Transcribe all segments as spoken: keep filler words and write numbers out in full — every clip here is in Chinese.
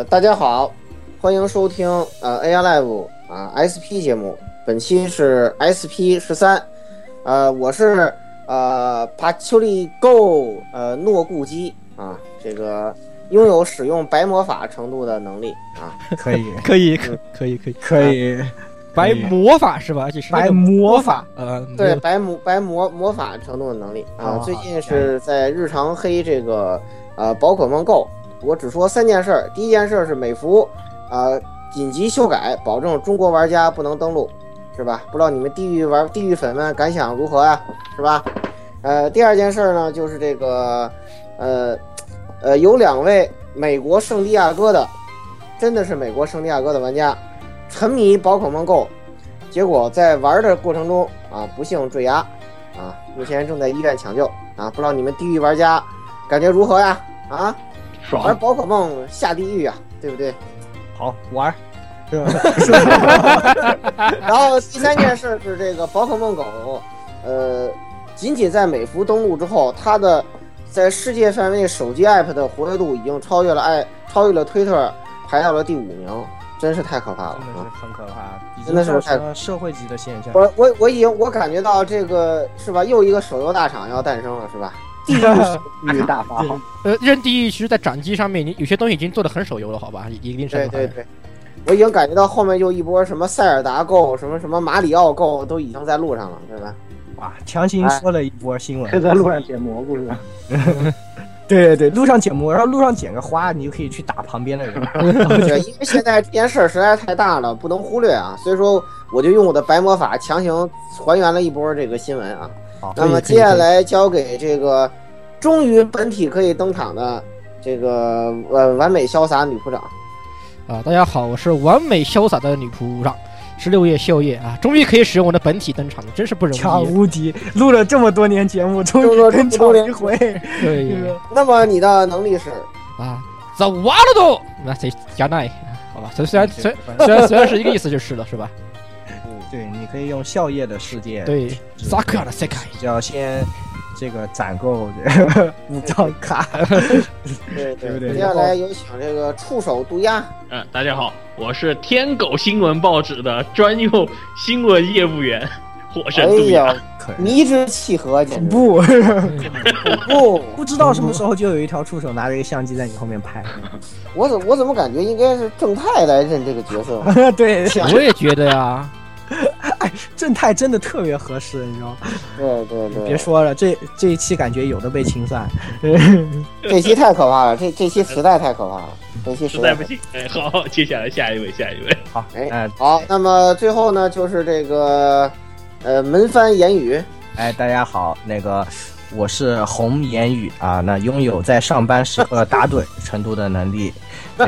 大家好，欢迎收听呃 A R Live 啊 S P 节目，本期是 S P 十三，呃，我是呃帕丘利 Go 呃诺固基啊，这个拥有使用白魔法程度的能力啊， 可以可以可可以可以可以。 白魔法是吧？而且是白魔法， 呃，对，白魔白魔魔法程度的能力啊。最近是在日常黑这个呃宝可梦 Go， 我只说三件事。第一件事是美服呃紧急修改，保证中国玩家不能登录，是吧？不知道你们地狱玩地狱粉们感想如何呀？是吧？呃，第二件事呢就是这个呃呃有两位美国圣地亚哥的，真的是美国圣地亚哥的玩家。沉迷宝可梦 Go， 结果在玩的过程中啊，不幸坠崖啊，目前正在医院抢救啊。不知道你们地狱玩家感觉如何呀？啊， 爽！ 玩宝可梦下地狱啊，对不对？ 好玩，是吧？ 然后第三件事是这个宝可梦狗，呃，仅仅在美服登陆之后，它的在世界范围内手机 app 的活跃度已经超越了爱，超越了推特，排到了第五名。真是太可怕了， 真的是很可怕， 真的是太社会级的现象。 我我我已经我感觉到这个是吧，又一个手游大厂要诞生了，是吧？地狱大发号。 呃，任地狱其实在掌机上面，你有些东西已经做得很手游了，好吧？一定是。 对对对，我已经感觉到后面又一波什么塞尔达 Go， 什么什么马里奥 Go 都已经在路上了，对吧？ 哇，强行说了一波新闻， 是在路上捡蘑菇是吧？ 对对对，路上捡蘑，然后路上捡个花，你就可以去打旁边的人。 对，因为现在这件事儿实在是太大了，不能忽略啊。所以说，我就用我的白魔法强行还原了一波这个新闻啊。 好， 那么接下来交给这个终于本体可以登场的这个呃完美潇洒女仆长啊。大家好，我是完美潇洒的女仆长。十六夜秀叶啊，终于可以使用我的本体登场了，真是不容易。 强无敌，录了这么多年节目，终于登场一回。 对， 那么你的能力是啊，走完了都，那谁加奈？好吧，虽然虽虽然虽然是一个意思就是了，是吧？ 嗯，对，你可以用笑叶的世界。 对，萨克的世界， 就要先这个攒够五张卡。 对对对。接下来有请这个触手毒鸦。 嗯，大家好。我是天狗新闻报纸的专用新闻业务员火神杜鸦， 迷之契合，简直不不不知道什么时候就有一条触手拿着一个相机在你后面拍。 我怎我怎么感觉应该是正太来认这个角色？ 对， 我也觉得呀。 哎，正太真的特别合适，你知道吗？ 对对对， 别说了，这这一期感觉有的被清算， 这期太可怕了，这这期实在太可怕了，这期实在不行。哎，好，接下来下一位，下一位。 好， 哎，好，那么最后呢，就是这个呃门番言语。 哎，大家好，那个我是红言语啊，那拥有在上班时刻打盹程度的能力。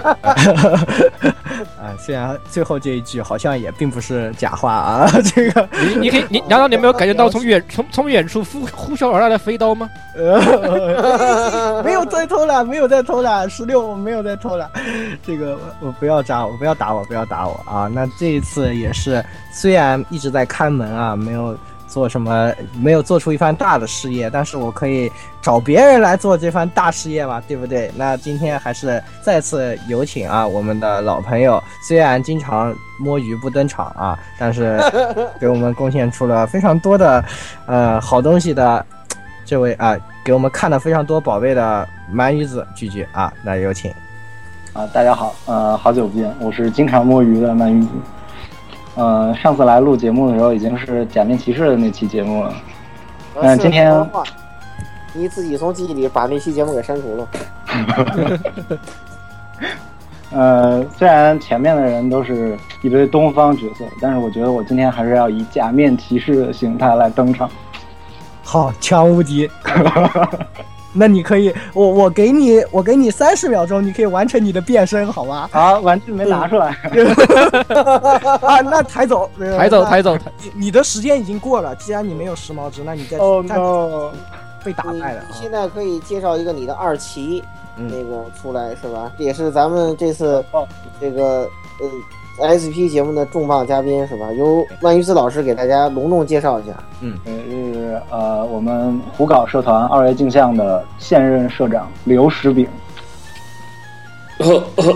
啊，虽然最后这一句好像也并不是假话啊，这个你你可以你难道你没有感觉到从远从从远处呼呼啸而来的飞刀吗？ 呃，没有再偷懒，没有再偷懒，十六我没有再偷懒，这个我不要扎我，不要打我，不要打我啊！那这一次也是，虽然一直在看门啊，没有做什么，没有做出一番大的事业，但是我可以找别人来做这番大事业嘛，对不对？那今天还是再次有请啊，我们的老朋友，虽然经常摸鱼不登场啊，但是给我们贡献出了非常多的呃好东西的这位啊，给我们看了非常多宝贝的鳗鱼子聚聚啊，那有请啊，大家好，呃，好久不见，我是经常摸鱼的鳗鱼子。呃，上次来录节目的时候已经是假面骑士的那期节目了，但、呃、今天你自己从记忆里把那期节目给删除了。 呃，虽然前面的人都是一堆东方角色，但是我觉得我今天还是要以假面骑士的形态来登场。 好，强无敌。那你可以，我我给你，我给你三十秒钟，你可以完成你的变身，好吗？ 好，玩具没拿出来。 啊，那抬走， 抬走，抬走。 你你的时间已经过了，既然你没有时髦值，那你再哦 no 被打败了。 你现在可以介绍一个你的二骑，嗯、那个出来是吧？这也是咱们这次这个呃。S P 节目的重磅嘉宾是吧？由万鱼子老师给大家隆重介绍一下。 嗯，是呃，我们胡搞社团二月镜像的现任社长刘石炳。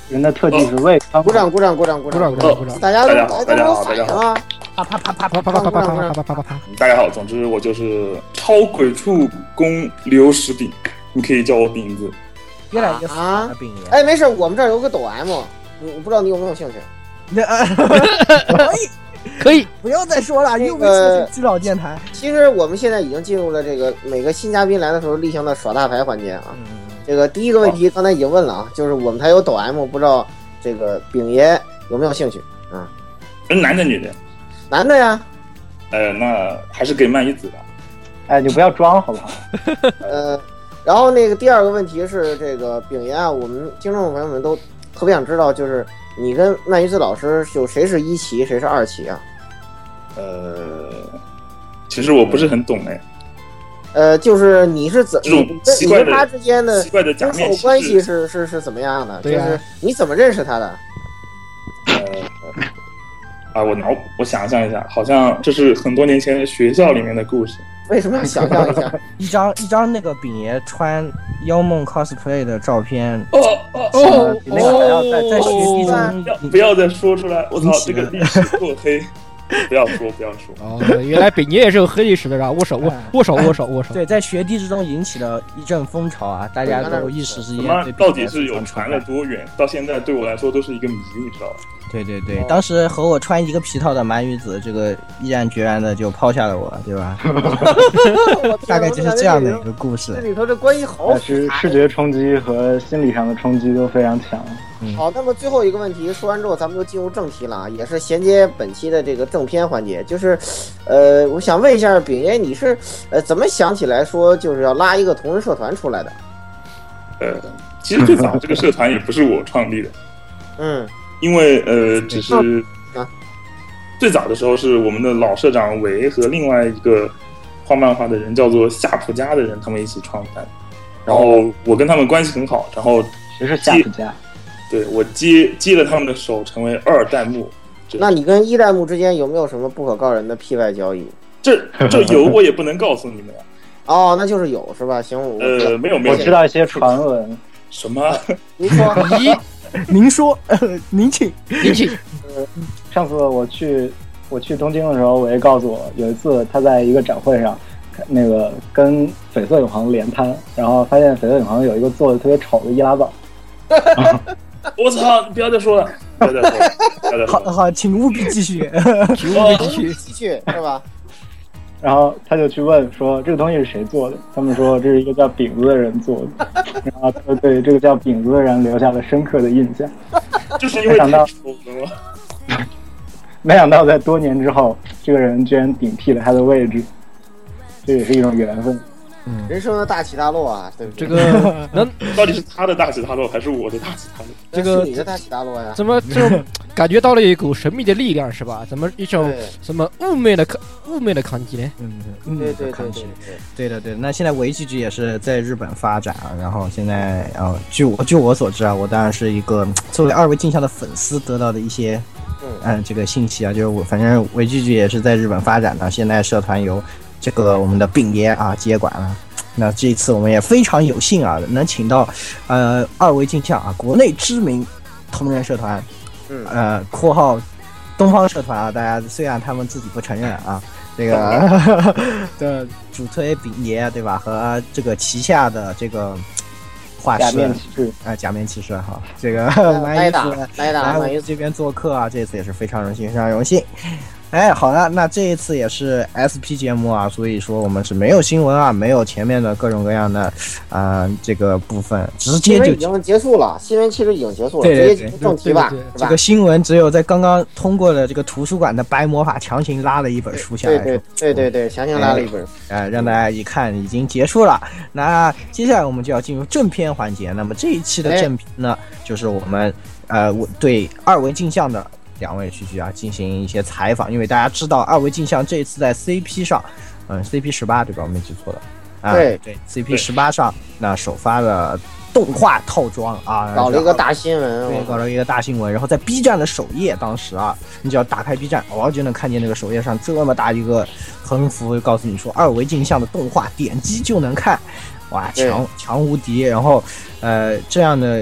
人的特技是胃康。 鼓掌鼓掌鼓掌鼓掌鼓掌鼓掌！ 大家都大家好大家好大家好啊！ 啪啪啪啪啪啪啪啪啪啪啪啪啪啪！ 大家好，总之我就是超鬼畜宫刘石饼，你可以叫我饼子。 越来越死啊了，病人。 哎，没事，我们这儿有个抖 M，我不知道你有没有兴趣？ 那可以可以， 不要再说了， 那个又不是基佬电台。 其实我们现在已经进入了这个每个新嘉宾来的时候例行的耍大牌环节啊。 嗯， 这个第一个问题刚才已经问了啊，就是我们台有抖 M， 不知道这个饼爷有没有兴趣啊？ 是男的女的？ 男的呀。 呃，那还是给曼一子吧。 哎，你不要装好不好？ 呃，然后那个第二个问题是这个饼爷啊，我们听众朋友们都特别想知道，就是你跟曼于子老师就谁是一期，谁是二期啊？ 呃，其实我不是很懂哎。 呃，就是你是怎这种你跟奇怪的你跟他之间的奇怪的假相面骑士处关系是是是怎么样的？ 对呀就是你怎么认识他的？ 呃，啊，我脑我想象一下，好像这是很多年前学校里面的故事。 为什么要想象一下？ 一张一张那个饼爷穿妖梦 cosplay 的照片， 哦哦呃比那个还要在在学弟中要不要再说出来？我操引，起了这个历史过黑，不要说不要说。 哦，原来饼爷也是有黑历史的，啊！握手握握手握手握手。 对，在学弟之中引起了一阵风潮啊！大家都一时之什么间对到底是有饼爷非常传了多远？到现在对我来说都是一个谜，你知道吧？ 对对对，当时和我穿一个皮套的蛮鱼子，这个毅然决然的就抛下了我，对吧？大概就是这样的一个故事。 这里头这关系好但是视觉冲击和心理上的冲击都非常强。 嗯、 好，那么最后一个问题说完之后，咱们就进入正题了啊，也是衔接本期的这个正片环节，就是，呃，我想问一下饼爷，你是呃怎么想起来说就是要拉一个同人社团出来的？ 呃，其实最早这个社团也不是我创立的， 嗯， 因为呃，只是啊， 最早的时候是我们的老社长维和另外一个画漫画的人叫做夏普家的人，他们一起创办，然后我跟他们关系很好，然后谁是夏普家？ 对，我接接了他们的手，成为二代目。 那你跟一代目之间有没有什么不可告人的屁外交易？ 这这有我也不能告诉你们呀。 哦，那就是有是吧？行，我呃，没有没有， 我知道一些传闻。 什么？ 您说， 咦， 您说，呃，您请， 您请。 呃，上次我去我去东京的时候，我也告诉我，有一次他在一个展会上，那个跟绯色永恒连摊，然后发现绯色永恒有一个做的特别丑的易拉宝。 我操！你不要再说了，不要再说了，不要再说了。 好好，请务必继续， 请务必继续继续是吧？ 然后他就去问说这个东西是谁做的？他们说这是一个叫饼子的人做的，然后他就对这个叫饼子的人留下了深刻的印象。 就是因为太丑了吗？ 没想到在多年之后，这个人居然顶替了他的位置，这也是一种缘分。 嗯， 人生的大起大落啊，对不对？ 这个能到底是他的大起大落，还是我的大起大落？ 这个是你的大起大落呀？ 怎么这种感觉到了一股神秘的力量是吧？怎么一种什么妩媚的妩媚的感觉呢？ 嗯嗯， 对对对对对的对的。那现在维基局也是在日本发展啊，然后现在呃，据我据我所知啊，我当然是一个作为二维镜像的粉丝得到的一些嗯、呃、这个信息啊，就是我反正维基局也是在日本发展的，现在社团由这个我们的饼爷啊接管了。那这一次我们也非常有幸啊，能请到呃二维镜像啊国内知名同人社团， 嗯呃括号东方社团啊，大家虽然他们自己不承认啊，这个的主推饼爷对吧？和这个旗下的这个画师假面骑士啊、呃，假面骑士哈，这个来打来打来我们这边做客啊，这次也是非常荣幸，非常荣幸。哎，好了，那这一次也是 S P 节目啊，所以说我们是没有新闻啊，没有前面的各种各样的啊、呃、这个部分，直接就已经结束了。新闻其实已经结束了， 对对对直接进入正题吧， 对对对是吧？ 这个新闻只有在刚刚通过了这个图书馆的白魔法强行拉了一本书下来， 对对对对对，强行拉了一本， 哎、呃，让大家一看已经结束了。那接下来我们就要进入正片环节。那么这一期的正片呢，哎、就是我们呃对二维镜像的两位区区啊进行一些采访，因为大家知道二维镜像这一次在 C P 上，嗯 C P 十八对吧？我没记错的啊， 对对 C P 十八上那首发了动画套装啊， 搞了一个大新闻， 对，搞了一个大新闻。然后在 B 站的首页，当时啊，你只要打开 B 站，哦，就能看见那个首页上这么大一个横幅，告诉你说二维镜像的动画，点击就能看，哇，强强无敌。然后呃，这样的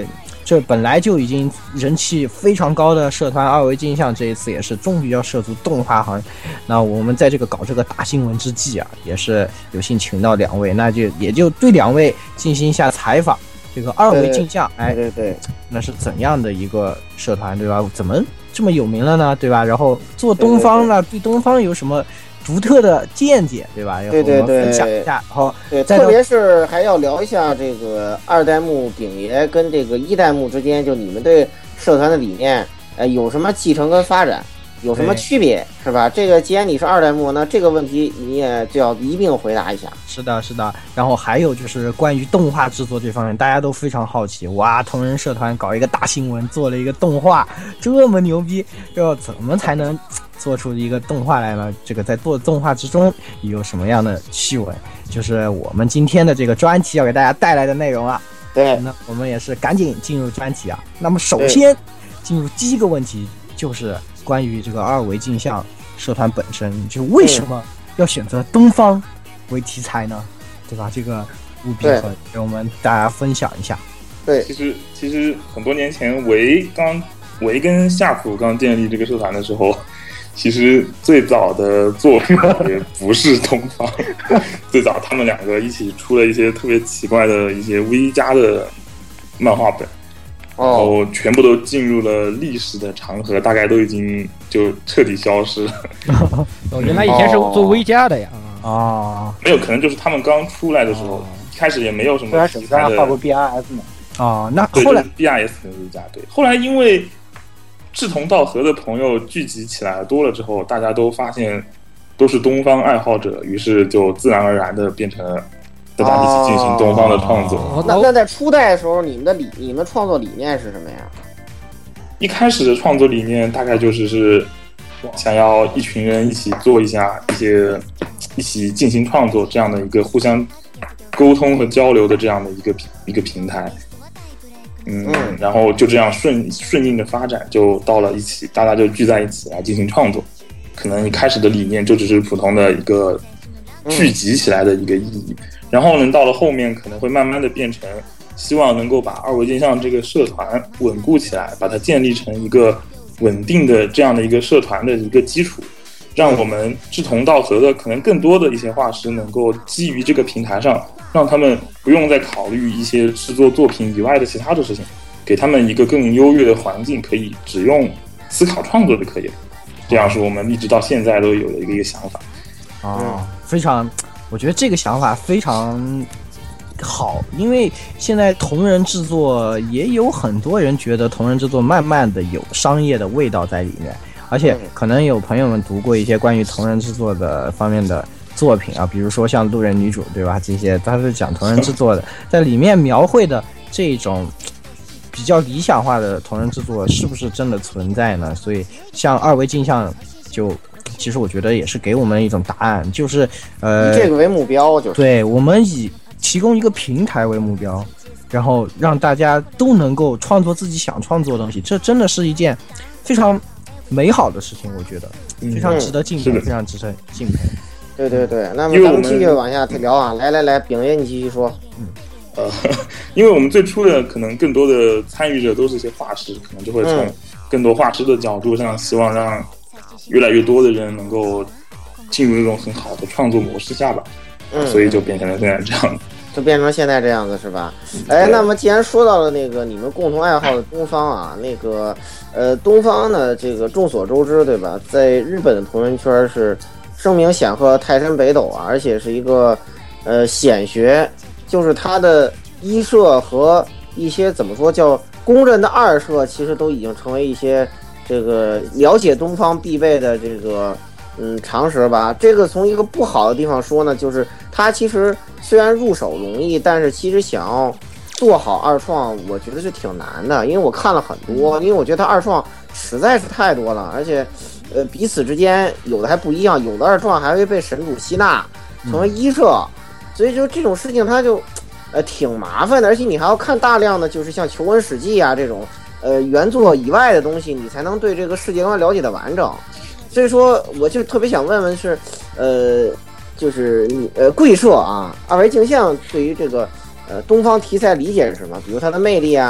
这本来就已经人气非常高的社团二维镜像，这一次也是终于要涉足动画行业。那我们在这个搞这个大新闻之际啊，也是有幸请到两位，那就也就对两位进行一下采访。这个二维镜像，哎， 对对， 那是怎样的一个社团，对吧？怎么这么有名了呢，对吧？然后做东方呢，对东方有什么独特的见解，对吧？ 对对对， 分享一下。好， 对，特别是还要聊一下这个二代目丙爷跟这个一代目之间，就你们对社团的理念，呃，有什么继承跟发展，有什么区别，是吧？这个既然你是二代目，那这个问题你也就要一并回答一下。 是的，是的。然后还有就是关于动画制作这方面，大家都非常好奇。哇，同人社团搞一个大新闻，做了一个动画，这么牛逼，要怎么才能做出一个动画来呢？这个在做动画之中有什么样的趣闻？就是我们今天的这个专题要给大家带来的内容啊。 对， 那我们也是赶紧进入专题啊。那么首先进入第一个问题，就是关于这个二维镜像社团本身，就为什么要选择东方为题材呢？对吧？这个务必和给我们大家分享一下。 对， 其实其实很多年前，维刚维跟夏普刚建立这个社团的时候，其实最早的作品也不是东方，最早他们两个一起出了一些特别奇怪的一些 V 加的漫画本。然后全部都进入了历史的长河，大概都已经就彻底消失了。 哦，原来以前是做微加的呀。 啊， 没有，可能就是他们刚出来的时候，一开始也没有什么。 对，他手上画过 B R S 嘛。 哦，那后来 B R S 跟微加对，后来因为志同道合的朋友聚集起来多了之后，大家都发现都是东方爱好者，于是就自然而然的变成了。大家一起进行东方的创作。 哦、那那在初代的时候，你们的理、你们创作理念是什么呀？ 一开始的创作理念大概就是是想要一群人一起做一下一些一起进行创作这样的一个互相沟通和交流的这样的一个一个平台。嗯，嗯然后就这样顺顺应的发展，就到了一起，大家就聚在一起来进行创作。可能一开始的理念就只是普通的一个聚集起来的一个意义。嗯然后呢，到了后面可能会慢慢的变成希望能够把二维镜像这个社团稳固起来，把它建立成一个稳定的这样的一个社团的一个基础，让我们志同道合的可能更多的一些画师能够基于这个平台上，让他们不用再考虑一些制作作品以外的其他的事情，给他们一个更优越的环境，可以只用思考创作就可以了。这样是我们一直到现在都有的一个一个想法。 哦，非常。我觉得这个想法非常好，因为现在同人制作也有很多人觉得同人制作慢慢的有商业的味道在里面，而且可能有朋友们读过一些关于同人制作的方面的作品啊，比如说像路人女主，对吧？这些他是讲同人制作的，在里面描绘的这种比较理想化的同人制作是不是真的存在呢？所以像二维镜像就。其实我觉得也是给我们一种答案，就是呃， 以这个为目标，就是对我们以提供一个平台为目标，然后让大家都能够创作自己想创作的东西，这真的是一件非常美好的事情，我觉得非常值得敬佩， 嗯、 非常值得敬佩。 对对对，那么咱们继续往下聊啊，来来来，丙爷你继续说。 嗯，呃，因为我们最初的可能更多的参与者都是一些画师，可能就会从更多画师的角度上，希望让越来越多的人能够进入这种很好的创作模式下吧，嗯，所以就变成了现在这样， 就变成现在这样子是吧？哎，那么既然说到了那个你们共同爱好的东方啊，那个呃，东方呢，这个众所周知对吧？在日本的同人圈是声名显赫、泰山北斗啊，而且是一个呃显学，就是它的一社和一些怎么说叫公认的二社，其实都已经成为一些。这个了解东方必备的这个嗯常识吧。这个从一个不好的地方说呢，就是它其实虽然入手容易，但是其实想要做好二创，我觉得是挺难的。因为我看了很多，因为我觉得它二创实在是太多了，而且呃彼此之间有的还不一样，有的二创还会被神主吸纳成为一社，所以就这种事情它就呃挺麻烦的，而且你还要看大量的就是像《求婚史记》啊这种。呃，原作以外的东西，你才能对这个世界观了解的完整。所以说，我就特别想问问是，呃，就是你呃贵社啊，二维镜像对于这个呃东方题材理解是什么？比如它的魅力啊，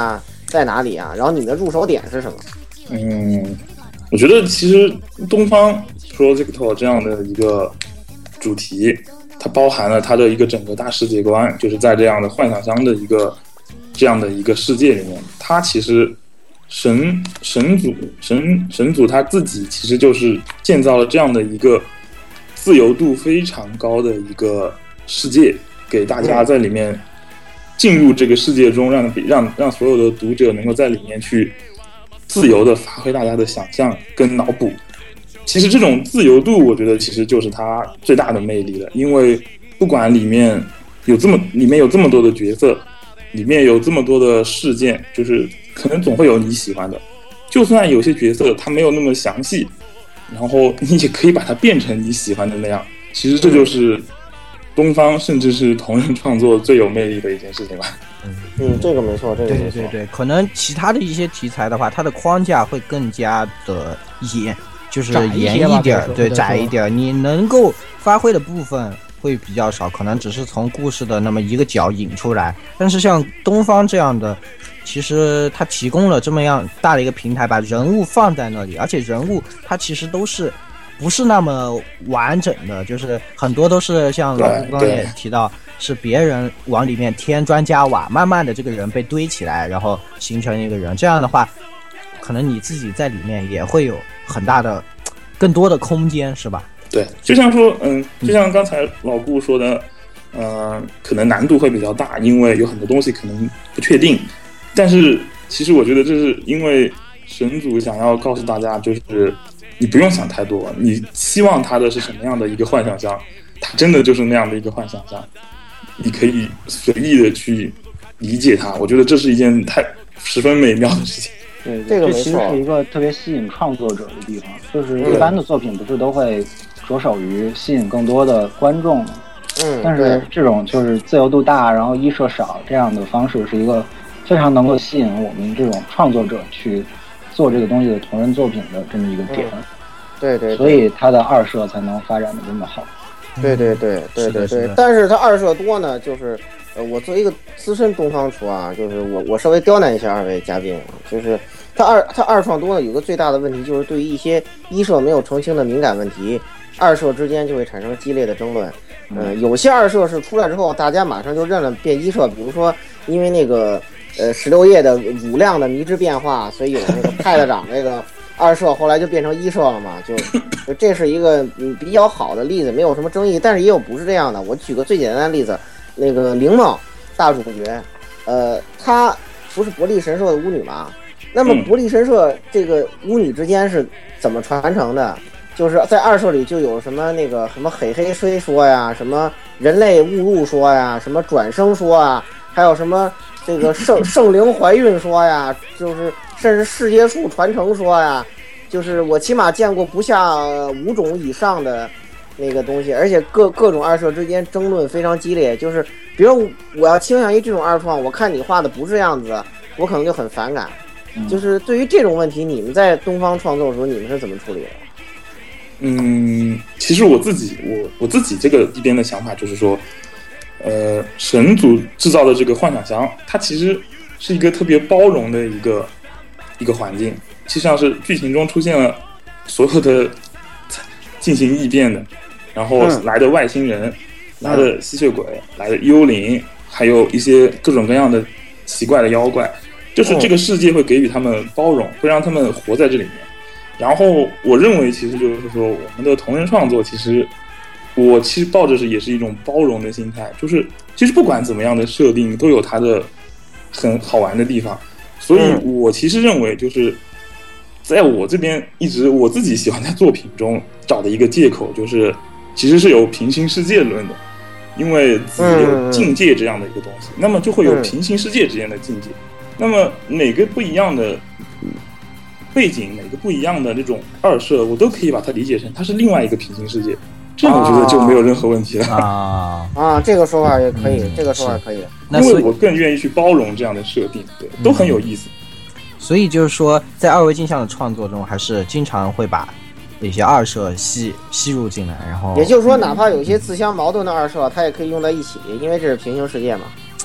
在哪里啊？然后你的入手点是什么？ 嗯，我觉得其实东方 Project 这样的一个主题，它包含了它的一个整个大世界观，就是在这样的幻想乡的一个这样的一个世界里面，它其实神神祖神神祖他自己其实就是建造了这样的一个自由度非常高的一个世界，给大家在里面进入这个世界中，让让让所有的读者能够在里面去自由的发挥大家的想象跟脑补。其实这种自由度，我觉得其实就是它最大的魅力了，因为不管里面有这么里面有这么多的角色，里面有这么多的事件，就是可能总会有你喜欢的，就算有些角色它没有那么详细，然后你也可以把它变成你喜欢的那样。其实这就是东方甚至是同人创作最有魅力的一件事情吧。 嗯，这个没错，这个没错。 对对对，可能其他的一些题材的话，它的框架会更加的严，就是严一点，对，窄一点，你能够发挥的部分会比较少，可能只是从故事的那么一个角引出来。但是像东方这样的，其实它提供了这么样大的一个平台，把人物放在那里，而且人物它其实都是不是那么完整的，就是很多都是像老顾刚刚也提到，是别人往里面添砖加瓦，慢慢的这个人被堆起来，然后形成一个人。这样的话，可能你自己在里面也会有很大的、更多的空间，是吧？ 对，就像说，嗯，就像刚才老顾说的，呃，可能难度会比较大，因为有很多东西可能不确定。但是其实我觉得这是因为神祖想要告诉大家，就是你不用想太多，你希望它的是什么样的一个幻想乡，它真的就是那样的一个幻想乡，你可以随意的去理解它。我觉得这是一件太十分美妙的事情。 对， 这个没错， 这其实是一个特别吸引创作者的地方。就是一般的作品不是都会着手于吸引更多的观众吗？ 嗯， 但是这种就是自由度大，然后一设少这样的方式，是一个非常能够吸引我们这种创作者去做这个东西的同人作品的这么一个点。 嗯、对, 对对， 所以它的二设才能发展的这么好。 对对对对对对，但是它二设多呢，就是呃，我作为一个资深东方厨啊，就是我我稍微刁难一下二位嘉宾，就是它二它二创多呢，有个最大的问题就是对于一些一设没有澄清的敏感问题，二设之间就会产生激烈的争论。嗯、呃，有些二设是出来之后，大家马上就认了变一设，比如说因为那个呃十六页的乳量的迷之变化，所以有那个派的长那个二设后来就变成一设了嘛，就就这是一个嗯比较好的例子，没有什么争议。但是也有不是这样的，我举个最简单的例子，那个灵梦大主角，呃，她不是伯利神社的巫女嘛？那么伯利神社这个巫女之间是怎么传承的？就是在二设里就有什么那个什么黑黑虽说呀，什么人类误入说呀，什么转生说啊，还有什么这个圣圣灵怀孕说呀，就是甚至世界树传承说呀，就是我起码见过不下五种以上的那个东西，而且各各种二设之间争论非常激烈。就是比如我要倾向于这种二创，我看你画的不是这样子，我可能就很反感。就是对于这种问题，你们在东方创作的时候，你们是怎么处理的？ 嗯，其实我自己我我自己这个一边的想法就是说，呃，神族制造的这个幻想乡，它其实是一个特别包容的一个一个环境。实际上是剧情中出现了所有的进行异变的，然后来的外星人、嗯、来的吸血鬼、嗯、来的幽灵，还有一些各种各样的奇怪的妖怪，就是这个世界会给予他们包容，会让他们活在这里面。然后我认为其实就是说，我们的同人创作其实我其实抱着是也是一种包容的心态，就是其实不管怎么样的设定都有它的很好玩的地方。所以我其实认为就是在我这边一直我自己喜欢在作品中找的一个借口，就是其实是有平行世界论的，因为自己有境界这样的一个东西，那么就会有平行世界之间的境界，那么每个不一样的背景，每个不一样的这种二设，我都可以把它理解成它是另外一个平行世界，这样我觉得就没有任何问题了啊啊，这个说法也可以，嗯、这个说法可以， 因为我更愿意去包容这样的设定，对，都很有意思。 嗯、所以就是说，在二维镜像的创作中，还是经常会把一些二设吸吸入进来，然后也就是说，哪怕有些自相矛盾的二设，它也可以用在一起，因为这是平行世界嘛。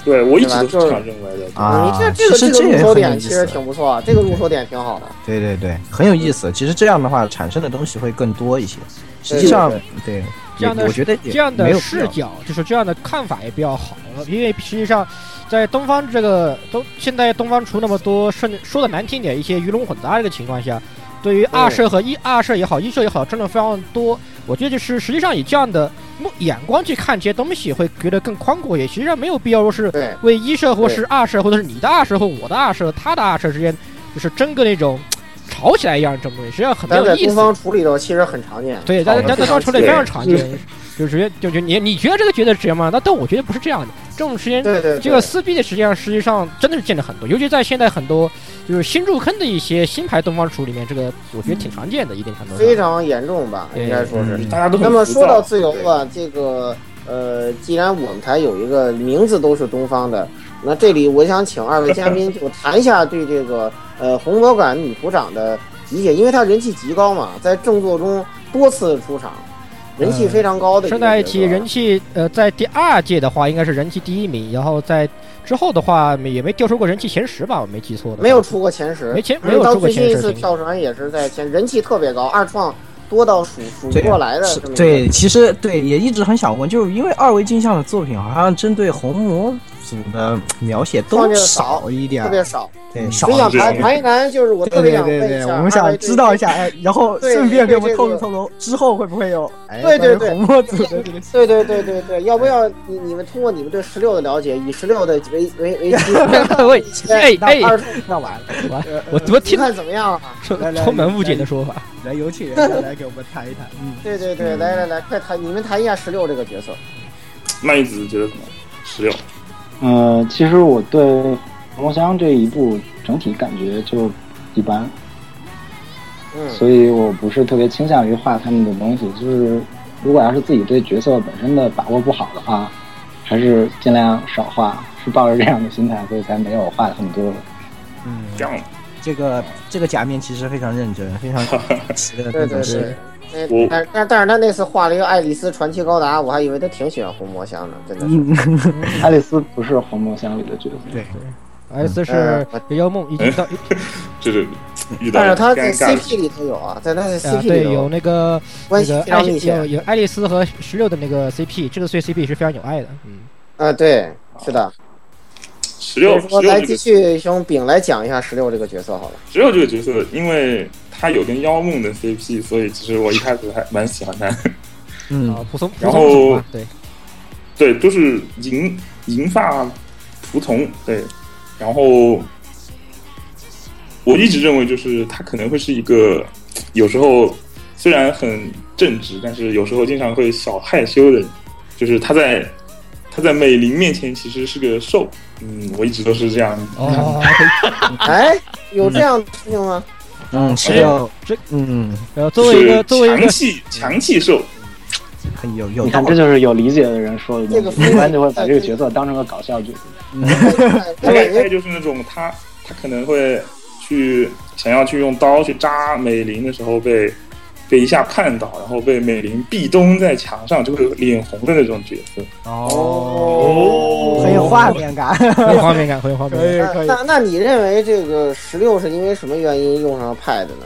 对我一直都是这样认为的啊。 你这这个这个入手点其实挺不错，这个入手点挺好的。 对对对，很有意思。其实这样的话产生的东西会更多一些。实际上，对。对这样的我觉得这样的视角，就是这样的看法也比较好，因为实际上，在东方这个都现在东方出那么多，甚至说的难听点，一些鱼龙混杂这个情况下，对于二社和一二社也好，一社也好，真的非常多。我觉得就是实际上以这样的眼光去看这些东西，会觉得更宽阔一些。实际上没有必要说是为一社或是二社，或者是你的二社或我的二社、他的二社之间，就是争个那种。吵起来一样这种东西，实际上很没有意思。 在东方处理的其实很常见。 对，在在东方处理非常常见，就是就是你你觉得这个觉得这样吗？那但我觉得不是这样的。这种时间， 对对， 这个撕逼的实际上实际上真的是见得很多，尤其在现在很多就是新入坑的一些新牌东方厨里面，这个我觉得挺常见的，一定程度上非常严重吧，应该说是。 大家都那么说到自由吧，这个呃，既然我们台有一个名字都是东方的。那这里我想请二位嘉宾就谈一下对这个呃红魔感女仆长的理解，因为她人气极高嘛，在正作中多次出场，人气非常高的。 顺带一提，人气呃在第二届的话应该是人气第一名，然后在之后的话也没掉出过人气前十吧，我没记错的。 没有出过前十， 没前没有出过前十。 到最近一次跳船也是在前，人气特别高，二创多到数数不过来的。 对，其实对也一直很想问，就是因为二维镜像的作品好像针对红魔组的描写都少一点， 特别少。 对，少。 我想谈谈一谈，就是我特别想问一下， 我们想知道一下，哎，然后顺便给我们透露透露之后会不会有对对对红魔组的这个？ 对对对对对，要不要你你们通过你们对十六的了解，以十六的为为为基？ 喂，哎哎， 那完了，完， 我我听看怎么样啊？ 充满误解的说法。 来，有请人家来给我们谈一谈。嗯， 对对对，来来来，快谈，你们谈一下十六这个角色。 麦一子觉得怎么？十六。 呃，其实我对《红魔香》这一部整体感觉就一般， 嗯， 所以我不是特别倾向于画他们的东西。就是如果要是自己对角色本身的把握不好的话，还是尽量少画，是抱着这样的心态，所以才没有画很多的。 嗯， 这样。 这个这个假面其实非常认真，非常奇的对对对。但但但是他那次画了一个爱丽丝传奇高达，我还以为他挺喜欢红魔香的，真的是。 爱丽丝不是红魔香里的角色， 对对，爱丽丝是妖梦已经到， 这是遇到。 但是他在 C P 里头有啊，在他的 C P 里头有那个关系非常密切， 有有爱丽丝和十六的那个 C P， 这个对 C P 是非常有爱的，嗯。 啊，对，是的。 十六， 说来继续用丙来讲一下十六这个角色好了。 十六这个角色，因为他有跟妖梦的 C P， 所以其实我一开始还蛮喜欢他。 嗯，普通， 然后对， 对，都是银银发仆从，对，然后我一直认为就是他可能会是一个有时候虽然很正直，但是有时候经常会小害羞的人，就是他在他在美玲面前其实是个受。嗯，我一直都是这样。 哦， 哎，有这样的事情吗？ 嗯，是有这，嗯， 然后作为一个作为一个强气强气受， 很有有。 你看，这就是有理解的人说的东西，一般就会把这个角色当成个搞笑角色。 大概就是那种他他可能会去想要去用刀去扎美玲的时候被。被一下看到，然后被美玲壁咚在墙上，就会脸红的那种角色。 哦，很有画面感， 很有画面感，很有画面感。 可以可以。 那那你认为这个十六是因为什么原因用上 Pad 呢？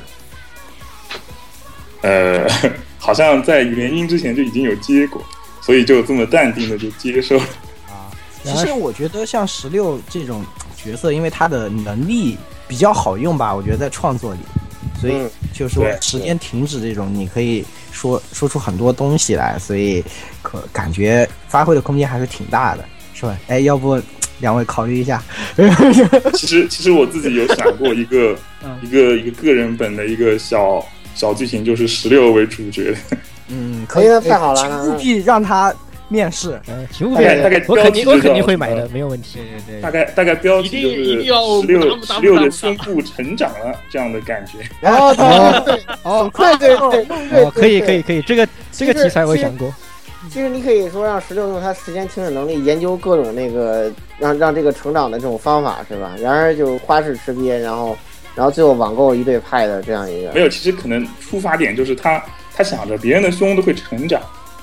呃，好像在原因之前就已经有接过，所以就这么淡定的就接受了。 啊，其实我觉得像十六这种角色，因为他的能力比较好用吧，我觉得在创作里。所以就是说时间停止这种，你可以说说出很多东西来，所以可感觉发挥的空间还是挺大的，是吧？哎，要不两位考虑一下？ 其实其实我自己有想过一个、嗯、一个一个个人本的一个小小剧情，就是十六为主角的。 嗯，可以， 太好了， 务必让他。面试， 嗯， 大概大概我肯定我肯定会买的，没有问题。 对对对， 大概大概标题就是十六十六的胸部成长了这样的感觉。 哦对哦对对对对， 哦可以可以可以，这个这个题材我想过。 其实你可以说让十六用他时间停止能力研究各种那个让让这个成长的这种方法是吧？然而就花式吃瘪，然后然后最后网购一对派的这样一个。 没有，其实可能出发点就是他他想着别人的胸都会成长。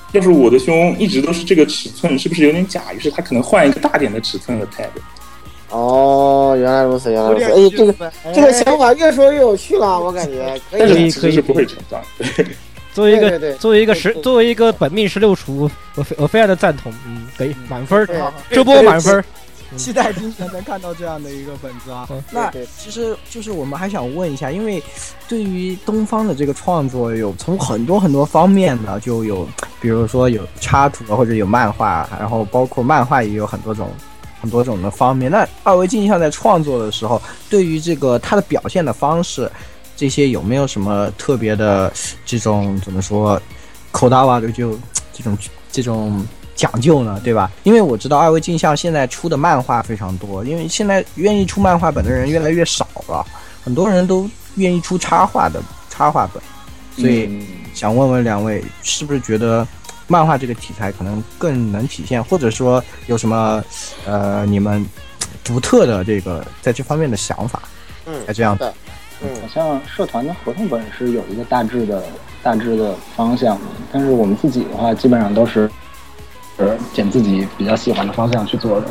要是我的胸一直都是这个尺寸，是不是有点假？于是他可能换一个大点的尺寸的 pad。 哦，原来如此，原来如此。哎，这个这个想法越说越有趣了，我感觉。 但是其实是不会成长。 作为一个对对对作为一个十作为一个本命十六厨，我非我非常的赞同，嗯，给满分儿，这波满分儿。 期待今年能看到这样的一个本子啊！ 嗯那对对其实就是我们还想问一下，因为对于东方的这个创作，有从很多很多方面的，就有比如说有插图或者有漫画，然后包括漫画也有很多种很多种的方面。那二维镜像在创作的时候，对于这个它的表现的方式，这些有没有什么特别的这种怎么说口大瓦的就这种这种讲究呢，对吧？因为我知道二维镜像现在出的漫画非常多，因为现在愿意出漫画本的人越来越少了，很多人都愿意出插画的插画本，所以想问问两位，是不是觉得漫画这个题材可能更能体现，或者说有什么呃你们独特的这个在这方面的想法？ 嗯， 才这样的。嗯， 好像社团的合同本是有一个大致的大致的方向，但是我们自己的话，基本上都是呃捡自己比较喜欢的方向去做的。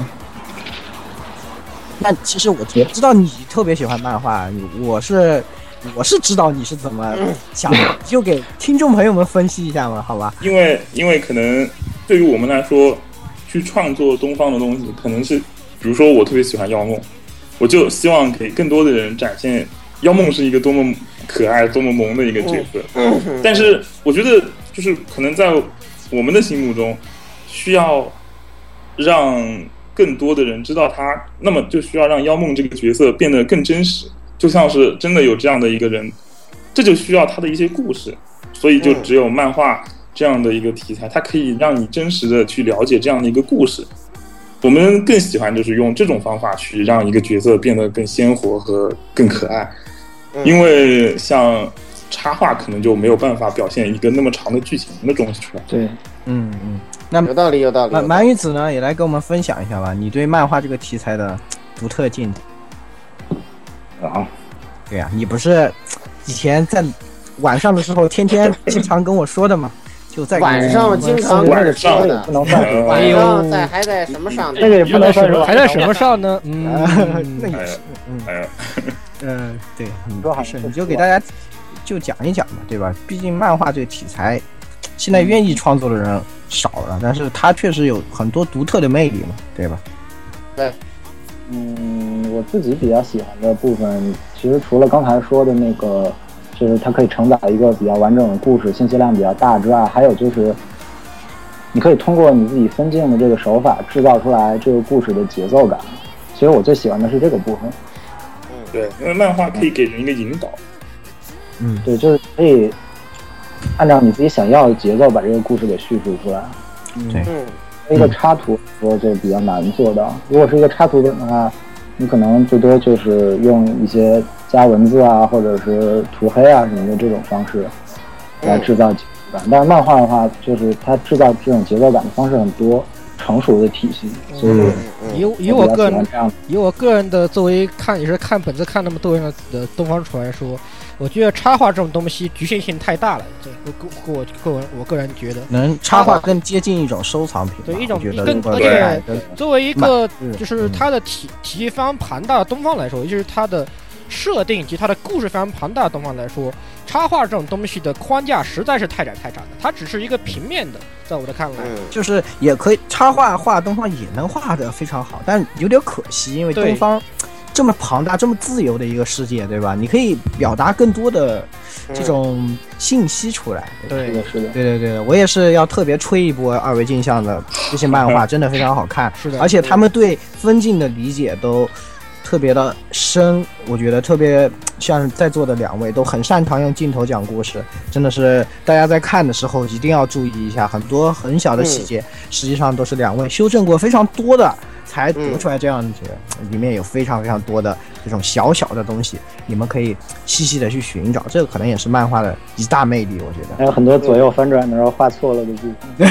那其实我知道你特别喜欢漫画，我是我是知道你是怎么想的，就给听众朋友们分析一下嘛，好吧？ 因为因为可能对于我们来说，去创作东方的东西，可能是比如说我特别喜欢妖梦，我就希望给更多的人展现妖梦是一个多么可爱、多么萌的一个角色。但是我觉得，就是可能在我们的心目中，需要让更多的人知道他，那么就需要让妖梦这个角色变得更真实，就像是真的有这样的一个人，这就需要他的一些故事，所以就只有漫画这样的一个题材，它可以让你真实的去了解这样的一个故事。我们更喜欢就是用这种方法去让一个角色变得更鲜活和更可爱，因为像插画可能就没有办法表现一个那么长的剧情的东西出来。 对， 嗯嗯，那有道理，有道理。 蛮蛮鱼子呢，也来跟我们分享一下吧，你对漫画这个题材的独特见解。 啊， 对呀、啊，你不是以前在晚上的时候天天经常跟我说的吗？就在晚上经常那个上也不能算是晚上在还在什么上？ 那个也不能算是还在什么上呢？嗯， 那也是，嗯， 哎嗯，对，你说好是，你就给大家就讲一讲嘛，对吧？毕竟漫画这个题材，现在愿意创作的人少了，但是它确实有很多独特的魅力嘛，对吧？ 对， 嗯，我自己比较喜欢的部分，其实除了刚才说的那个，就是它可以承载一个比较完整的故事，信息量比较大之外，还有就是你可以通过你自己分镜的这个手法制造出来这个故事的节奏感。其实我最喜欢的是这个部分。 对，因为漫画可以给人一个引导。 嗯， 对，就是可以按照你自己想要的节奏把这个故事给叙述出来。 对， 嗯， 一个插图说就比较难做到。如果是一个插图本的话，你可能最多就是用一些加文字啊，或者是涂黑啊什么的这种方式来制造节奏感。但是漫画的话，就是它制造这种节奏感的方式很多，成熟的体系，所以以以我个人这样以我个人的作为看也是看本子看那么多人的东方厨来说，我觉得插画这种东西局限性太大了。这个我个人我个人觉得， 能插画更接近一种收藏品吧， 对一种我觉得更如果而且买的作为一个嗯就是它的体体系非常庞大的东方来说，也就是它的设定及它的故事非常庞大的东方来说，插画这种东西的框架实在是太窄太窄了，它只是一个平面的，在我的看来， 嗯就是也可以插画画东方也能画得非常好，但有点可惜，因为对东方这么庞大、这么自由的一个世界，对吧？你可以表达更多的这种信息出来。 对是的，是的。 对对对，我也是要特别吹一波二维镜像的这些漫画，真的非常好看。 是的而且他们对分镜的理解都特别的深，我觉得特别像在座的两位都很擅长用镜头讲故事，真的是大家在看的时候一定要注意一下，很多很小的细节，实际上都是两位修正过非常多的，才得出来这样子。里面有非常非常多的这种小小的东西，你们可以细细的去寻找，这个可能也是漫画的一大魅力，我觉得。 还有很多左右翻转的时候画错了的部分。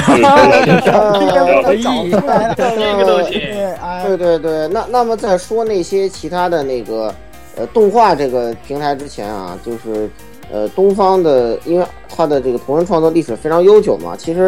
找出来了， 这个东西对对对，那那么在说那些其他的那个呃动画这个平台之前啊，就是呃东方的，因为它的这个同人创作历史非常悠久嘛，其实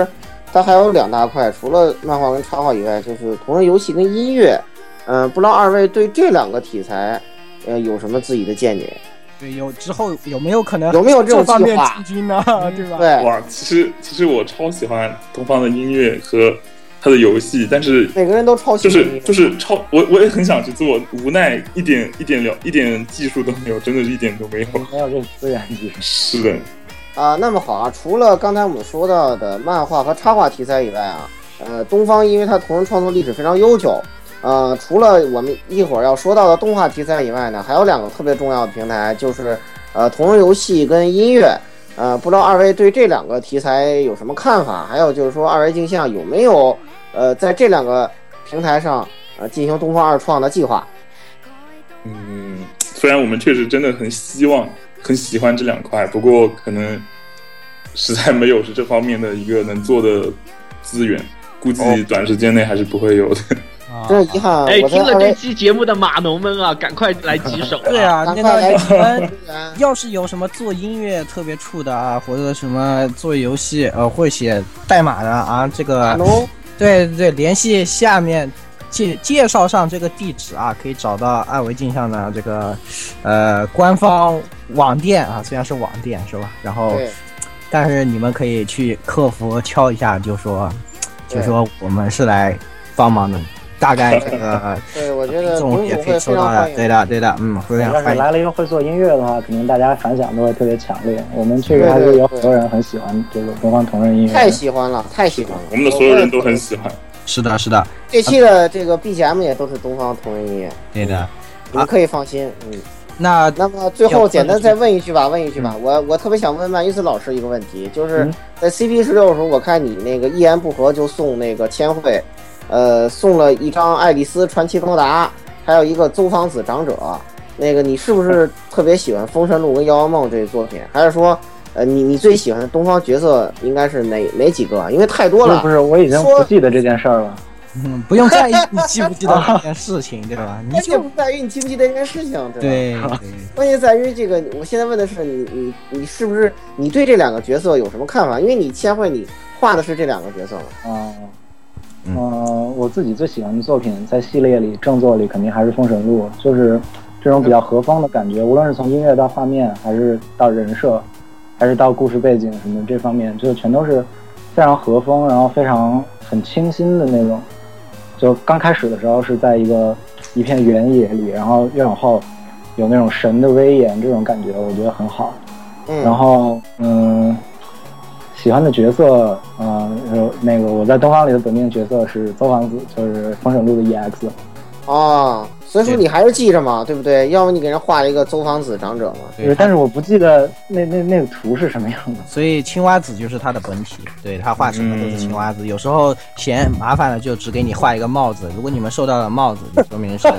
它还有两大块，除了漫画跟插画以外，就是同人游戏跟音乐。嗯、呃，不知道二位对这两个题材，呃，有什么自己的见解？ 对，有之后有没有可能有没有这种方面计划进军呢？对吧？ 对， 哇，其实其实我超喜欢东方的音乐和他的游戏，但是每个人都超喜就欢是就是超我我也很想去做，无奈一点一点了一点技术都没有，真的是一点都没有。 没有这个资源技术。 是的。 啊，那么好啊，除了刚才我们说到的漫画和插画题材以外啊，呃，东方因为它同人创作历史非常悠久，呃，除了我们一会儿要说到的动画题材以外呢，还有两个特别重要的平台，就是呃同人游戏跟音乐。呃，不知道二位对这两个题材有什么看法？还有就是说，二位镜像有没有呃在这两个平台上呃进行东方二创的计划？ 嗯，虽然我们确实真的很希望、很喜欢这两块，不过可能实在没有是这方面的一个能做的资源，估计短时间内还是不会有的。 真是遗憾。 哎， 我听了这期节目的码农们啊，赶快来举手、啊！ 对啊，那赶快来个你们要是有什么做音乐特别处的啊，或者什么做游戏呃会写代码的啊，这个对对对，联系下面介介绍上这个地址啊，可以找到二维镜像的这个呃官方网店啊，虽然是网店是吧？然后但是你们可以去客服敲一下，就说就说我们是来帮忙的。大概这个， 对，我觉得总也可以收到的，对的，对的，嗯，非常要是来了一个会做音乐的话，肯定大家反响都会特别强烈。我们确实还是有很多人很喜欢这个东方同人音乐， 太喜欢了，太喜欢了。 我们的所有人都很喜欢。 是的，是的。 这期的这个 B G M 也都是东方同人音乐， 对的， 你们可以放心。嗯， 那那么最后简单再问一句吧，问一句吧，嗯、我我特别想问曼伊斯老师一个问题，就是在 C P 十六的时候，我看你那个一言不合就送那个千惠。呃，送了一张《爱丽丝传奇高达》，还有一个邹方子长者。那个，你是不是特别喜欢《封神录》跟《妖妖梦》这些作品？还是说，呃，你你最喜欢的东方角色应该是哪哪几个？因为太多了。 不是，我已经不记得这件事儿了。 嗯，不用在意你记不记得这件事情，对吧？你就不在于你记不记得这件事情， 对吧？ 对，关键在于这个。我现在问的是你，你你是不是你对这两个角色有什么看法？因为你千惠你画的是这两个角色嘛。 啊。嗯、呃，我自己最喜欢的作品在系列里正作里肯定还是《封神录》，就是这种比较和风的感觉，无论是从音乐到画面，还是到人设，还是到故事背景什么这方面，就全都是非常和风，然后非常很清新的那种。就刚开始的时候是在一个一片原野里，然后越往后有那种神的威严，这种感觉我觉得很好。 嗯， 然后嗯。喜欢的角色，呃，那个我在东方里的本命角色是邹方子，就是《封神录》的 E X。 哦，所以说你还是记着嘛，对不对？要不你给人画一个邹方子长者嘛。 对，但是我不记得那那那个图是什么样的。 所以青蛙子就是他的本体，对他画什么都是青蛙子。嗯、有时候嫌麻烦了，就只给你画一个帽子。如果你们收到了帽子，就说明是。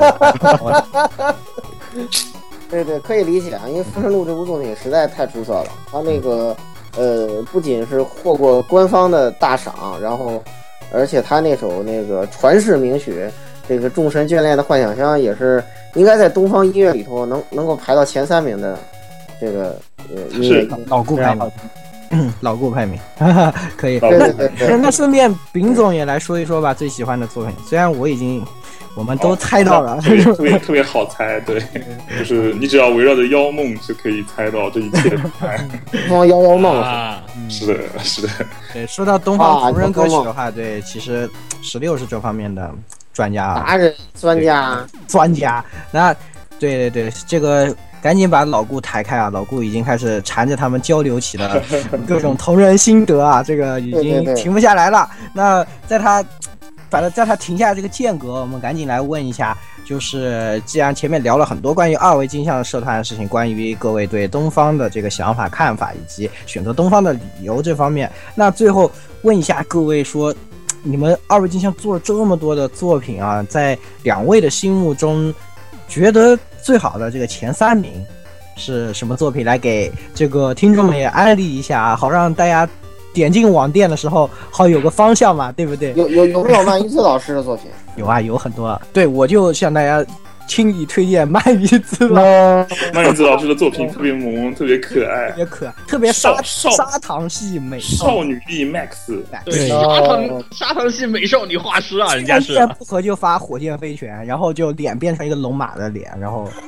对对，可以理解啊，因为《封神录》这部作品实在太出色了，他那个。呃，不仅是获过官方的大赏，然后，而且他那首那个传世名曲，这个众神眷恋的幻想乡，也是应该在东方音乐里头能能够排到前三名的这个呃音乐。 老顾排名，嗯，老顾排名，哈哈，可以。 对对对对。 那顺便丙总也来说一说吧，最喜欢的作品。虽然我已经。我们都猜到了， 哦、特别特别特别好猜，对，就是你只要围绕着妖梦就可以猜到这一切。 东方妖妖梦啊， 是的，是的。 对，说到东方同人歌曲的话，对，其实十六是这方面的专家啊， 达人专家专家。那对对对，这个赶紧把老顾抬开啊！老顾已经开始缠着他们交流起了各种同人心得啊，这个已经停不下来了。对对对，那在他。反正在他停下这个间隔，我们赶紧来问一下，就是既然前面聊了很多关于二维镜像社团的事情，关于各位对东方的这个想法看法以及选择东方的理由这方面，那最后问一下各位说，你们二维镜像做了这么多的作品啊，在两位的心目中觉得最好的这个前三名是什么作品？来给这个听众们也安利一下啊，好让大家点进网店的时候好有个方向嘛，对不对？ 有有有没有曼伊斯老师的作品？ 有啊，有很多啊。对，我就向大家轻易推荐鳗鱼子老鳗鱼子老师的作品特别萌，特别可爱， 特别可爱，特别砂少砂糖系美少女力 Max， 对，砂糖砂糖系美少女画师啊，人家是。 一言不合就发火箭飞拳，然后就脸变成一个龙马的脸，然后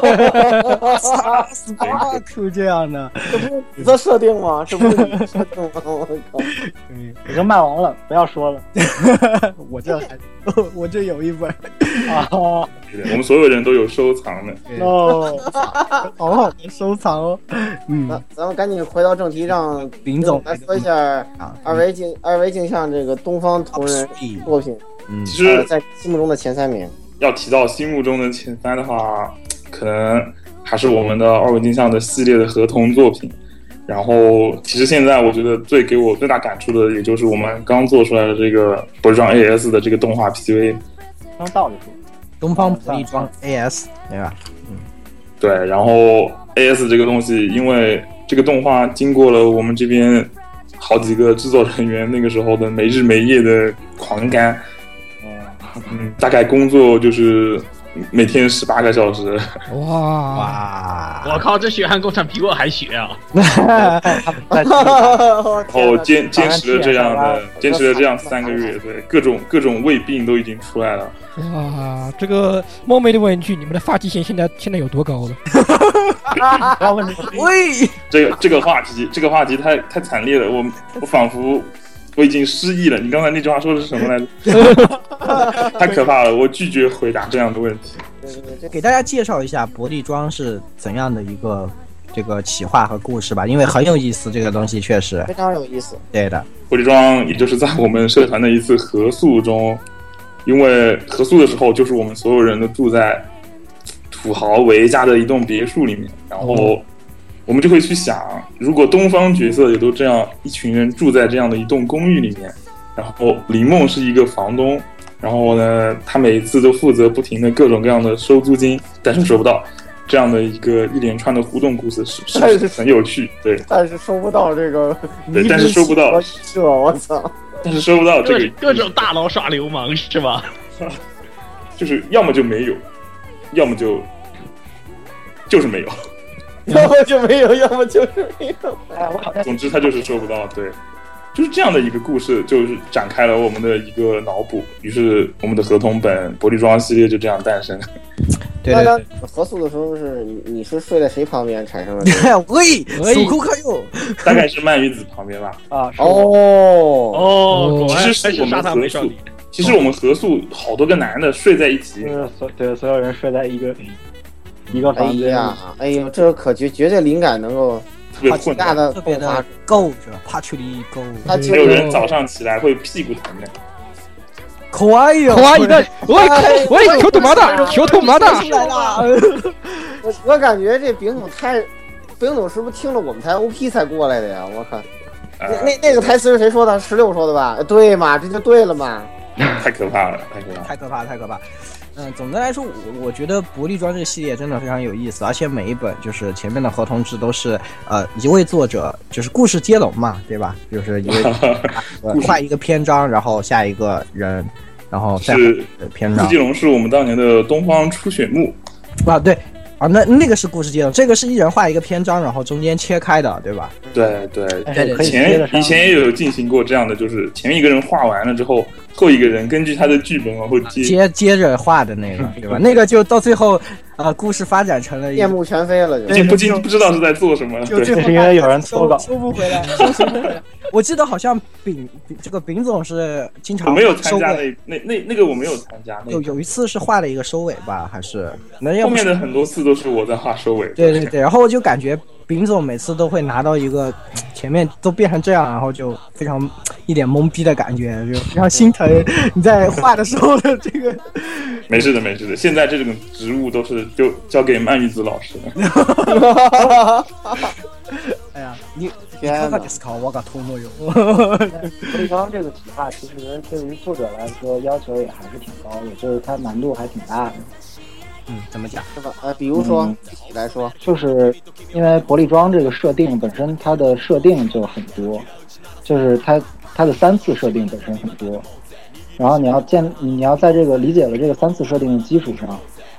Spark 这样的， 这不是你的设定吗？这不是你的设定吗？我靠！ 已经卖完了，不要说了。 我这还我这有一本啊， 我们所有人都有收藏的哦， 好好的收藏哦。嗯， 那咱们赶紧回到正题，让林总来说一下二维镜二维镜像这个东方同人作品。 嗯， 其实在心目中的前三名， 要提到心目中的前三的话，可能还是我们的二维镜像的系列的合同作品。然后，其实现在我觉得最给我最大感触的，也就是我们刚做出来的这个博力庄 A S 的这个动画 P V。 刚道理说， 东方博力庄 A S 对吧？嗯， 对。然后 A S 这个东西，因为这个动画经过了我们这边好几个制作人员那个时候的没日没夜的狂干，嗯，大概工作就是每天十八个小时。 哇哇！ 我靠，这血汗工厂比我还血啊！ 然后坚坚持了这样的，坚持了这样三个月，对，各种各种胃病都已经出来了。 哇，这个冒昧的问一句，你们的发际线现在现在有多高了？ 不要问这个。 喂， 这个这个话题，这个话题太太惨烈了，我我仿佛我已经失忆了。你刚才那句话说的是什么来着？太可怕了，我拒绝回答这样的问题。 给大家介绍一下博力庄是怎样的一个这个企划和故事吧，因为很有意思，这个东西确实非常有意思。 对的， 博力庄也就是在我们社团的一次合宿中，因为合宿的时候就是我们所有人都住在土豪维家的一栋别墅里面，然后我们就会去想，如果东方角色也都这样一群人住在这样的一栋公寓里面，然后林梦是一个房东，然后呢他每一次都负责不停的各种各样的收租金，但是收不到，这样的一个一连串的互动故事是是不是很有趣？对， 但是收不到这个， 对，但是收不到， 这我操！ 但是收不到这个各种大佬耍流氓是吧？ 就是要么就没有，要么就就是没有。 要么就没有，要么就是没有。 总之他就是收不到，对，就是这样的一个故事，就是展开了我们的一个脑补，于是我们的合同本博力庄系列就这样诞生。 对对对， 合宿的时候是你你是睡在谁旁边产生了？ 喂，手库可有？ 大概是鳗鱼子旁边吧。 啊， 哦哦， 其实是我们合宿，其实我们合宿好多个男的睡在一起， 就是所对所有人睡在一个。一个房间， 哎呀，哎呦，这可绝绝对灵感能够特别混大的特别的够着，帕丘里够。 还有人早上起来会屁股疼的。 可愛いよ。 可愛い的，喂喂，球头麻的，球头麻的。 我我感觉这丙总太，丙总是不是听了我们台 O P 才过来的呀？我靠，那那那个台词是谁说的？十六说的吧？对嘛，这就对了嘛。 太可怕了，太可怕了， 太可怕了，太可怕了。嗯，总的来说，我我觉得博力庄这个系列真的非常有意思，而且每一本就是前面的合同制都是呃一位作者，就是故事接龙嘛，对吧？就是一位画一个篇章，然后下一个人，然后再篇章。 故事接龙是我们当年的东方初雪木啊，对。啊，那那个是故事接龙，这个是一人画一个篇章，然后中间切开的，对吧？ 对对对， 以前以前也有进行过这样的，就是前面一个人画完了之后，后一个人根据他的剧本往后接接接着画的那个，对吧？那个就到最后，呃，故事发展成了面目全非了， 就不不不知道是在做什么， 就是因为有人偷稿， 收不回来，收不回来。我记得好像丙这个丙总是经常我没有参加那那那那个我没有参加， 有有一次是画了一个收尾吧，还是后面的很多次都是我在画收尾。 对对对，然后我就感觉丙总每次都会拿到一个前面都变成这样，然后就非常一脸懵逼的感觉，就非常心疼你在画的时候的这个。 没事的，没事的，现在这种职务都是就交给鳗鱼子老师了。 哎呀，你天哪！我搞偷摸用。 博力庄这个企划其实对于作者来说要求也还是挺高的，就是它难度还挺大的。 嗯，怎么讲？ 是吧？呃，比如说具体来说， 就是因为博力庄这个设定本身，它的设定就很多，就是它它的三次设定本身很多，然后你要建，你要在这个理解了这个三次设定的基础上，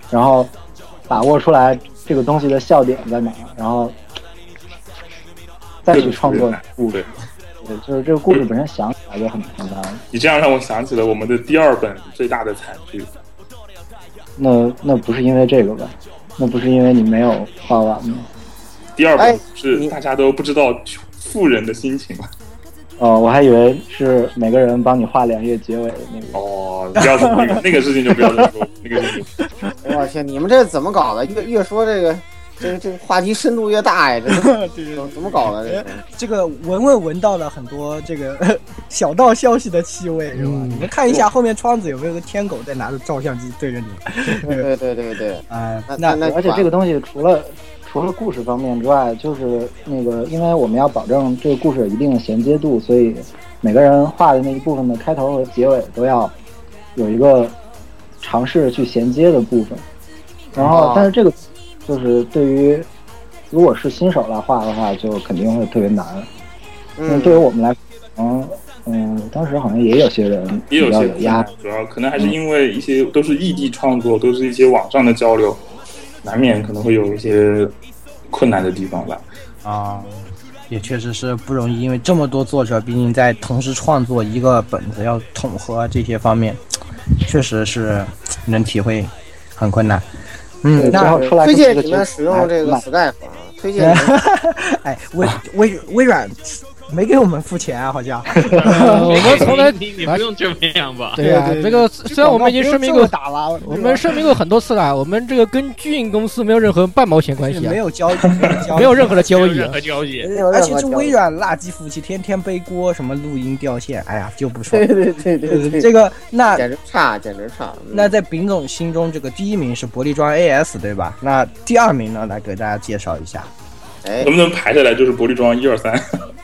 然后把握出来这个东西的笑点在哪，然后再去创作故事。对，就是这个故事本身想起来就很简单。 你这样让我想起了我们的第二本最大的惨剧。 那那不是因为这个吧？那不是因为你没有画完吗？ 第二本是大家都不知道富人的心情吗？ 哦，我还以为是每个人帮你画两页结尾的那个。 哦，不要说那个那个事情就不要再说那个事情。 我天，你们这怎么搞的？越越说这个，这个这个话题深度越大呀！这个怎么搞的？这个这个闻闻闻到了很多这个小道消息的气味，是吧？ 嗯、 你们看一下后面窗子有没有个天狗在拿着照相机对着你？ 对对对对， 哎、 呃，那那而且这个东西除了。除了故事方面之外，就是那个，因为我们要保证这个故事有一定的衔接度，所以每个人画的那一部分的开头和结尾都要有一个尝试去衔接的部分。然后，但是这个就是对于如果是新手来画的话，就肯定会特别难。嗯，对于我们来说，嗯，当时好像也有些人也有些压， 主要可能还是因为一些都是异地创作，都是一些网上的交流。难免可能会有一些困难的地方吧。 啊，也确实是不容易，因为这么多作者，毕竟在同时创作一个本子，要统合这些方面，确实是能体会很困难。嗯， 那推荐你们使用这个 Skype 啊，推荐。 哎，微微微软。没给我们付钱啊，好像。 呃、我们从来你你不用这么样吧？ 对啊，对对对这个虽然我们已经声明过打了， 我们声明过很多次了，我们这个跟巨印公司没有任何半毛钱关系啊， 没有交易， 没有任何的交易， 任何交易， 而且是微软垃圾服务器，天天背锅，什么录音掉线，哎呀，就不说。 对对对对对， 这个那简直差，简直差。 嗯、那在丙总心中，这个第一名是伯利庄 A S 对吧？那第二名呢，来给大家介绍一下。 哎， 能不能排下来就是伯利庄一二三？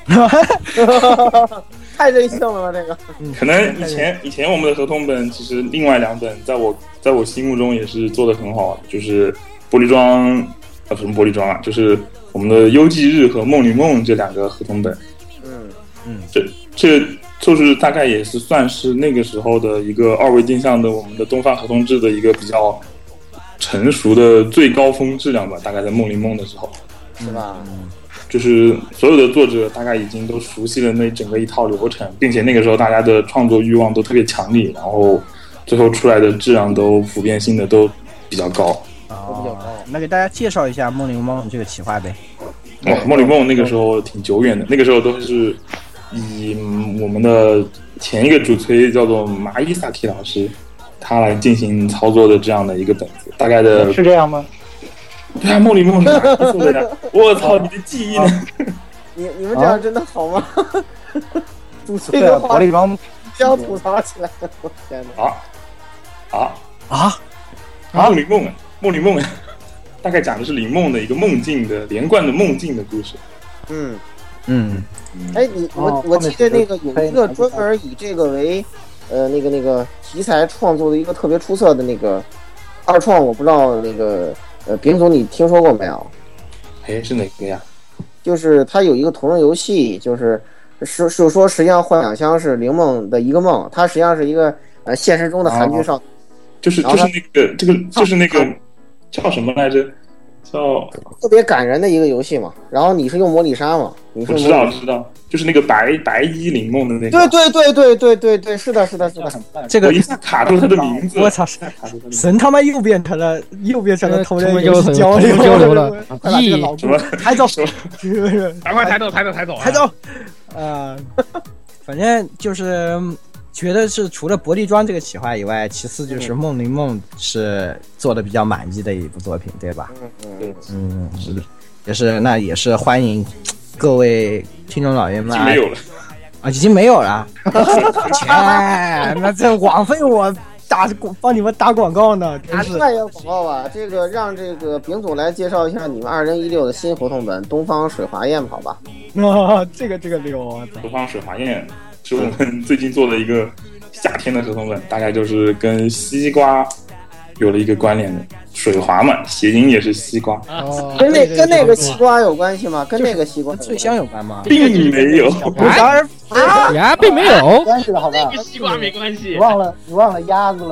太任性了吧这个。 可能以前以前我们的合同本，其实另外两本在我在我心目中也是做得很好，就是伯利庄啊什么伯利庄啊，就是我们的幽寂日和梦里梦这两个合同本。 嗯嗯， 这这就是大概也是算是那个时候的一个二维定向的我们的东方合同制的一个比较成熟的最高峰质量吧，大概在梦里梦的时候。 是吧？ 就是所有的作者大概已经都熟悉了那整个一套流程，并且那个时候大家的创作欲望都特别强烈，然后最后出来的质量都普遍性的都比较高。 哦，那给大家介绍一下《梦里梦》这个企划呗。 哦，《梦里梦》那个时候挺久远的，那个时候都是以我们的前一个主催叫做麻衣萨提老师，他来进行操作的这样的一个本子，大概的是这样吗？ 对啊，梦里梦是哪个做的呀？我操，你的记忆呢？ 你你们这样真的好吗？主催的话，伯利庄这样吐槽起来，我天哪！ 啊啊啊！ 梦里梦啊，梦里梦啊，大概讲的是林梦的一个梦境的连贯的梦境的故事。 嗯嗯， 哎，你我我记得那个有一个专门以这个为呃那个那个题材创作的一个特别出色的那个二创，我不知道那个。呃，丙总，你听说过没有？ 哎，是哪个呀？ 就是它有一个同人游戏，就是是是说，实际上幻想乡是灵梦的一个梦，它实际上是一个呃现实中的韩剧少女， 就是就是那个这个就是那个叫什么来着？叫特别感人的一个游戏嘛。然后你是用魔力沙嘛？你是我知道知道，就是那个白白衣灵梦的那个。 对对对对对对对，是的是的是的， 这个我一下卡住他的名字， 我操！神他妈又变成了又变成了同人游戏交流交流了， 意什么？抬走， 赶快抬走抬走抬走抬走！呃，反正就是觉得是除了伯利庄这个企划以外，其次就是梦灵梦是做的比较满意的一部作品，对吧？ 嗯嗯嗯，也是那也是欢迎各位听众老爷们没有了啊，已经没有了，钱那这网费我打帮你们打广告呢，真是。 那也有广告吧？这个让这个丙总来介绍一下你们二零一六的新合同本《东方水华宴》，好吧？ 啊，这个这个溜啊！ 东方水华宴是我们最近做的一个夏天的合同本，大概就是跟西瓜有了一个关联的。水华嘛，谐音也是西瓜， 哦、 跟那跟那个西瓜有关系吗？跟那个西瓜跟醉香有关吗？ 并没有， 啊，并没有关系的好吧？ 跟西瓜没关系。 你忘了你忘了鸭子了吗？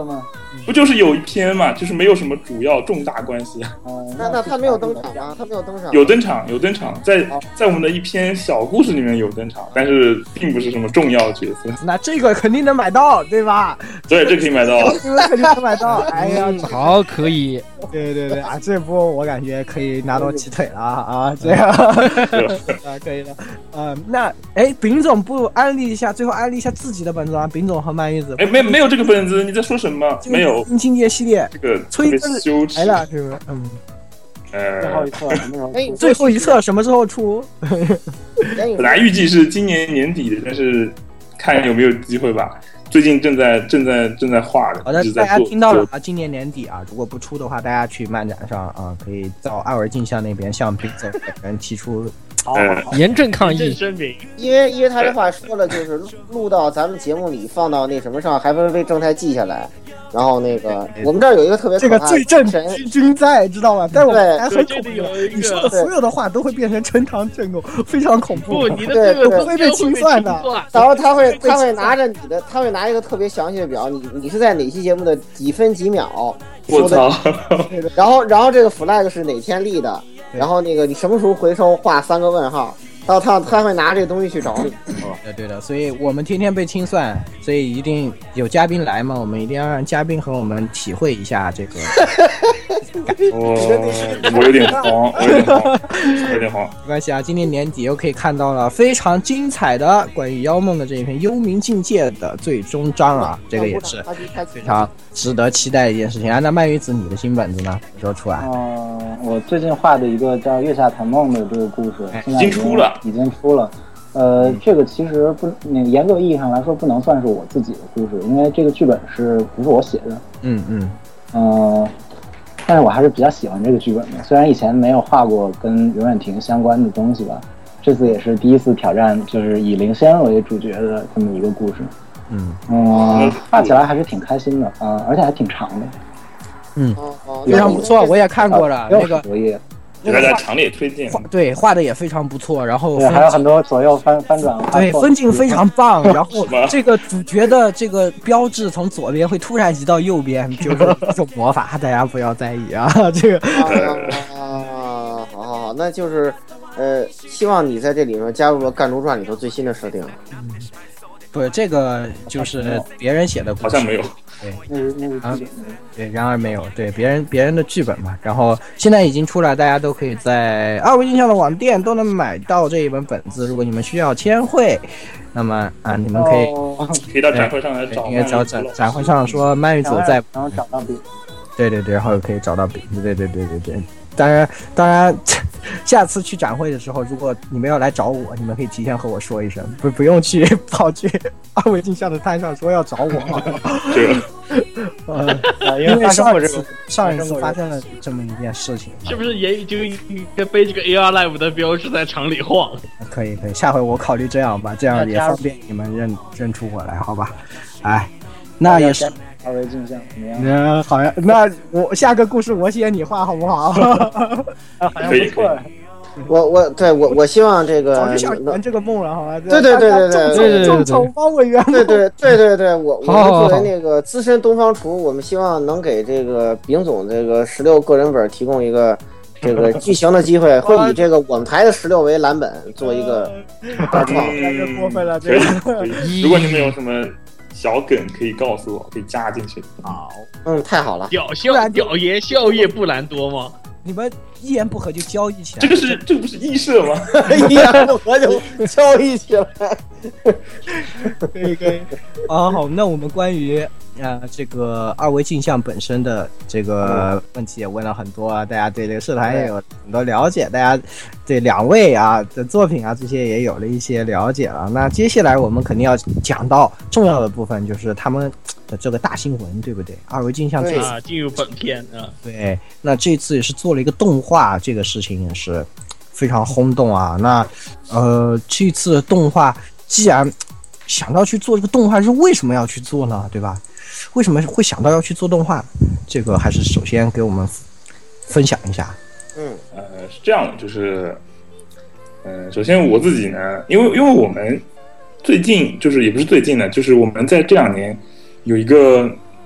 不就是有一篇嘛，就是没有什么主要重大关系。 嗯， 那那他没有登场啊，他没有登场。 有登场，有登场，在在我们的一篇小故事里面有登场，但是并不是什么重要角色。 那这个肯定能买到，对吧？ 对，这可以买到。 你们肯定能买到。哎呀， 嗯好，可以。 对对对啊，这波我感觉可以拿到鸡腿了啊！这样啊，可以了。呃，那哎，丙总不安利一下，最后安利一下自己的本子啊？丙总和鳗鱼子。 哎，没没有这个本子，你在说什么？没有。 新境界系列， 这个催特别羞耻来了，是不是？嗯。 呃， 最后一册什么时候出？ 最后一册什么时候出？ 本来预计是今年年底的，但是看有没有机会吧。最近正在正在正在画的。 好的，大家听到了啊，今年年底啊，如果不出的话，大家去漫展上啊，可以到二维镜像那边向丙总本人提出呃严正抗议。 声明， 因为因为他这话说了，就是录录到咱们节目里，放到那什么上，还会被正太记下来。然后那个，我们这儿有一个特别这个罪证均在，知道吗？但是我们还很恐怖，你说的所有的话都会变成呈堂证供，非常恐怖。 不，你的这个不会被清算的。 然后他会他会拿着你的，他会拿一个特别详细的表，你你是在哪期节目的几分几秒我操！ 然后然后这个 flag 是哪天立的，然后那个你什么时候回收，画三个问号。到他他会拿这个东西去找你。 对对的，所以我们天天被清算，所以一定有嘉宾来嘛，我们一定要让嘉宾和我们体会一下这个。 我我有点慌，我有点慌，我有点慌。 没关系啊，今年年底又可以看到了非常精彩的关于妖梦的这一篇《幽冥境界》的最终章啊，这个也是非常值得期待的一件事情啊。那鳗鱼子，你的新本子呢？什么时候出来？ 嗯、呃，我最近画的一个叫《月下谈梦》的这个故事， 已经出了， 已经出了。呃，这个其实不，那个严格意义上来说，不能算是我自己的故事，因为这个剧本是不是我写的？ 嗯嗯， 呃，但是我还是比较喜欢这个剧本的。虽然以前没有画过跟永远庭相关的东西吧，这次也是第一次挑战，就是以灵仙为主角的这么一个故事。 嗯嗯，画起来还是挺开心的啊、呃，而且还挺长的。 嗯，非常不错，我也看过了，那个。 给大家强烈推荐。 对，画的也非常不错，然后对还有很多左右翻翻转， 对，分镜非常棒。然后这个主角的这个标志从左边会突然移到右边，就是一种魔法，大家不要在意啊。这个啊，好好好，那就是呃，希望你在这里面加入了《干竹传》里头最新的设定。 嗯，不是这个，就是别人写的故事， 好像没有。 对， 那是那是剧本、 啊，对，然而没有，对别人别人的剧本嘛，然后现在已经出来，大家都可以在二维镜像的网店都能买到这一本本子。如果你们需要签绘，那么啊，你们可以、 哦、 可以到展会上来找， 应该找展展会上说鳗鱼组在， 然后找到笔， 对对对，然后可以找到笔，对对对对对。当然，当然，下次去展会的时候，如果你们要来找我，你们可以提前和我说一声，不不用去跑去二维镜像的摊上说要找我。 这呃，因为上一次上一次发生了这么一件事情， 是不是也就应该背这个 A R Live 的标志在场里晃？ 可以可以，下回我考虑这样吧，这样也方便你们认认出我来，好吧？哎，那也是。 二维镜像怎么样？ 那好呀，那我下个故事我写你画好不好？ 好像不错。 我我对我我希望这个早就想圆这个梦了，好吧？ 对对对对对对对众筹方委员。 对对对对对，我我们作为那个资深东方厨，我们希望能给这个丙总这个十六个人本提供一个这个剧情的机会，会以这个我们台的十六为蓝本做一个大创。 太过分了，这个。如果你们有什么小梗可以告诉我，可以加进去。 好， 嗯，太好了。 屌笑屌爷笑靥不兰多吗？ 你们一言不合就交易起来。 这个是这个不是异射吗？ 一言不合就交易起来。 可以可以。啊，好，那我们关于啊这个二维镜像本身的这个问题也问了很多啊，大家对这个社团也有很多了解，大家对两位啊的作品啊这些也有了一些了解了。那接下来我们肯定要讲到重要的部分，就是他们的这个大新闻，对不对？二维镜像这次啊进入本片啊， 对，那这次也是做了一个动画，这个事情也是非常轰动啊。那呃，这次动画既然想到去做这个动画，是为什么要去做呢？对吧？为什么会想到要去做动画？这个还是首先给我们分享一下。 嗯， 呃，是这样的，就是，呃，首先我自己呢，因为因为我们最近就是也不是最近呢，就是我们在这两年有一个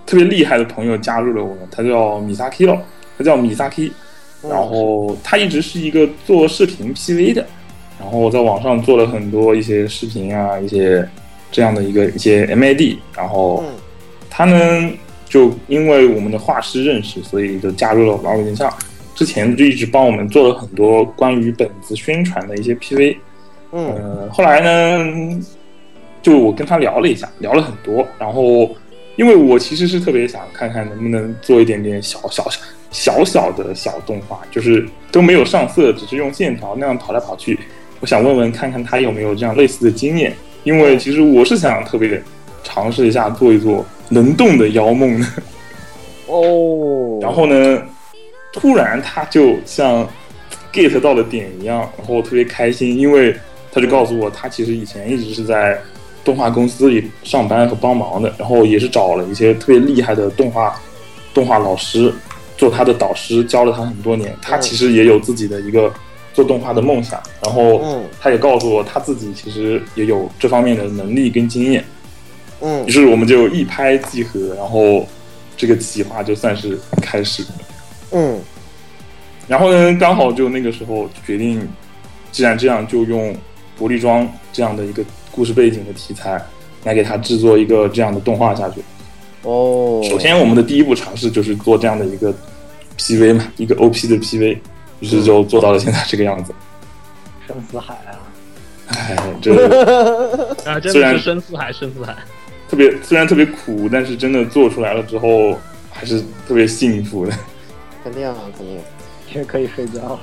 特别厉害的朋友加入了我们，他叫米萨 K 咯，他叫米萨 K， 然后他一直是一个做视频 P V 的，然后在网上做了很多一些视频啊，一些这样的一个一些 M A D， 然后他呢就因为我们的画师认识，所以就加入了玩偶天下。之前就一直帮我们做了很多关于本子宣传的一些 P V， 嗯、呃，后来呢，就我跟他聊了一下，聊了很多，然后因为我其实是特别想看看能不能做一点点小小小小的小动画，就是都没有上色，只是用线条那样跑来跑去。我想问问看看他有没有这样类似的经验，因为其实我是想特别尝试一下做一做能动的妖梦的。 哦， 然后呢？突然他就像 get 到了点一样，然后特别开心，因为他就告诉我他其实以前一直是在动画公司里上班和帮忙的，然后也是找了一些特别厉害的动画动画老师做他的导师，教了他很多年。他其实也有自己的一个做动画的梦想，然后他也告诉我他自己其实也有这方面的能力跟经验。嗯，于是我们就一拍即合，然后这个企划就算是开始了。嗯，然后呢，刚好就那个时候决定，既然这样，就用伯利庄这样的一个故事背景的题材，来给它制作一个这样的动画下去。哦，首先我们的第一步尝试就是做这样的一个 P V 嘛，一个 O P 的 P V， 于是就做到了现在这个样子。 深似海啊！ 哎，这啊，真的是深似海，深似海。 特别虽然特别苦，但是真的做出来了之后，还是特别幸福的。 肯定啊，肯定， 其实可以睡觉。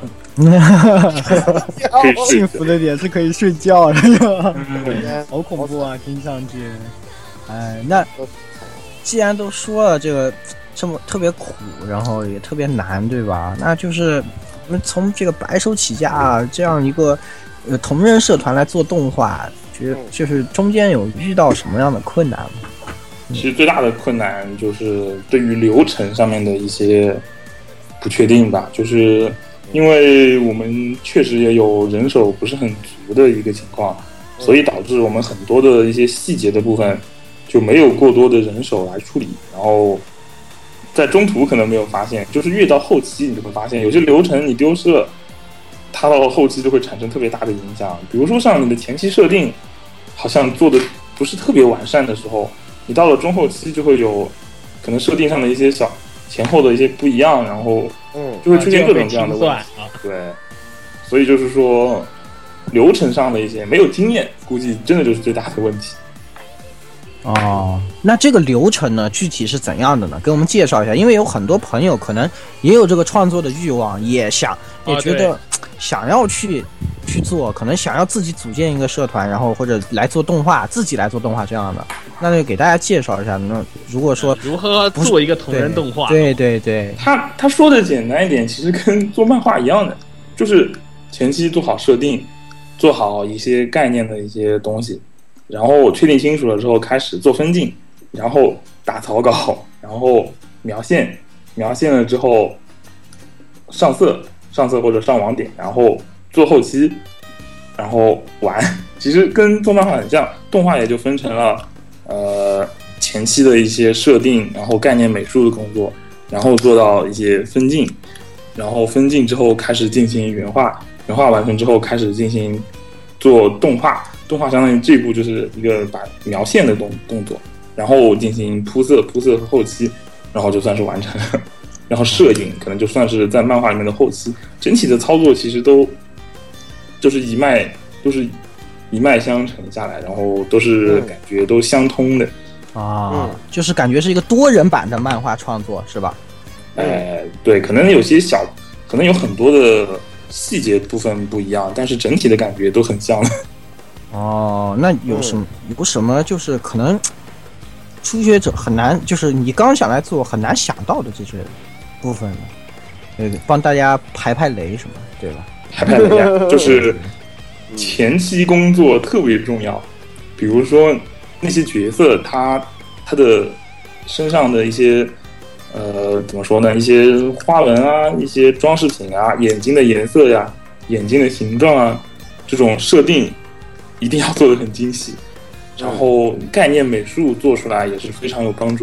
幸福的点是可以睡觉的，好恐怖啊！听上去，哎，那既然都说了这个这么特别苦，然后也特别难，对吧？那就是我们从这个白手起家这样一个呃同人社团来做动画，就就是中间有遇到什么样的困难吗？ 其实最大的困难就是对于流程上面的一些不确定吧，就是因为我们确实也有人手不是很足的一个情况，所以导致我们很多的一些细节的部分就没有过多的人手来处理，然后在中途可能没有发现，就是越到后期你就会发现有些流程你丢失了，它到后期就会产生特别大的影响。比如说像你的前期设定好像做的不是特别完善的时候，你到了中后期就会有可能设定上的一些小前后的一些不一样，然后就会出现各种各样的问题。 嗯、 对，所以就是说流程上的一些没有经验，估计真的就是最大的问题。 哦，那这个流程呢，具体是怎样的呢？给我们介绍一下，因为有很多朋友可能也有这个创作的欲望，也想也觉得想要去、哦、去做，可能想要自己组建一个社团，然后或者来做动画，自己来做动画这样的，那就给大家介绍一下。那如果说如何做一个同人动画， 对对 对, 对， 他他说的简单一点，其实跟做漫画一样的，就是前期做好设定，做好一些概念的一些东西。然后确定清楚了之后，开始做分镜，然后打草稿，然后描线，描线了之后上色，上色或者上网点，然后做后期，然后玩。其实跟做漫画很像，动画也就分成了呃前期的一些设定，然后概念美术的工作，然后做到一些分镜，然后分镜之后开始进行原画，原画完成之后开始进行做动画。动画相当于这一步就是一个把描线的动动作，然后进行铺色，铺色和后期，然后就算是完成了。然后摄影可能就算是在漫画里面的后期，整体的操作其实都就是一脉都是一脉相承下来，然后都是感觉都相通的。 啊、嗯，就是感觉是一个多人版的漫画创作，是吧？ 哎，对，可能有些小，可能有很多的细节部分不一样，但是整体的感觉都很像的。 哦，那有什么、嗯、有什么就是可能初学者很难，就是你刚想来做很难想到的这些部分呢？呃，帮大家排排雷什么，对吧？ 排排雷啊，就是前期工作特别重要。比如说那些角色，他他的身上的一些呃怎么说呢？一些花纹啊，一些装饰品啊，眼睛的颜色呀，眼睛的形状啊，这种设定。一定要做得很精细，然后概念美术做出来也是非常有帮助的。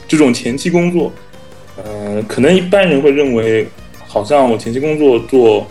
这种前期工作，呃，可能一般人会认为，好像我前期工作做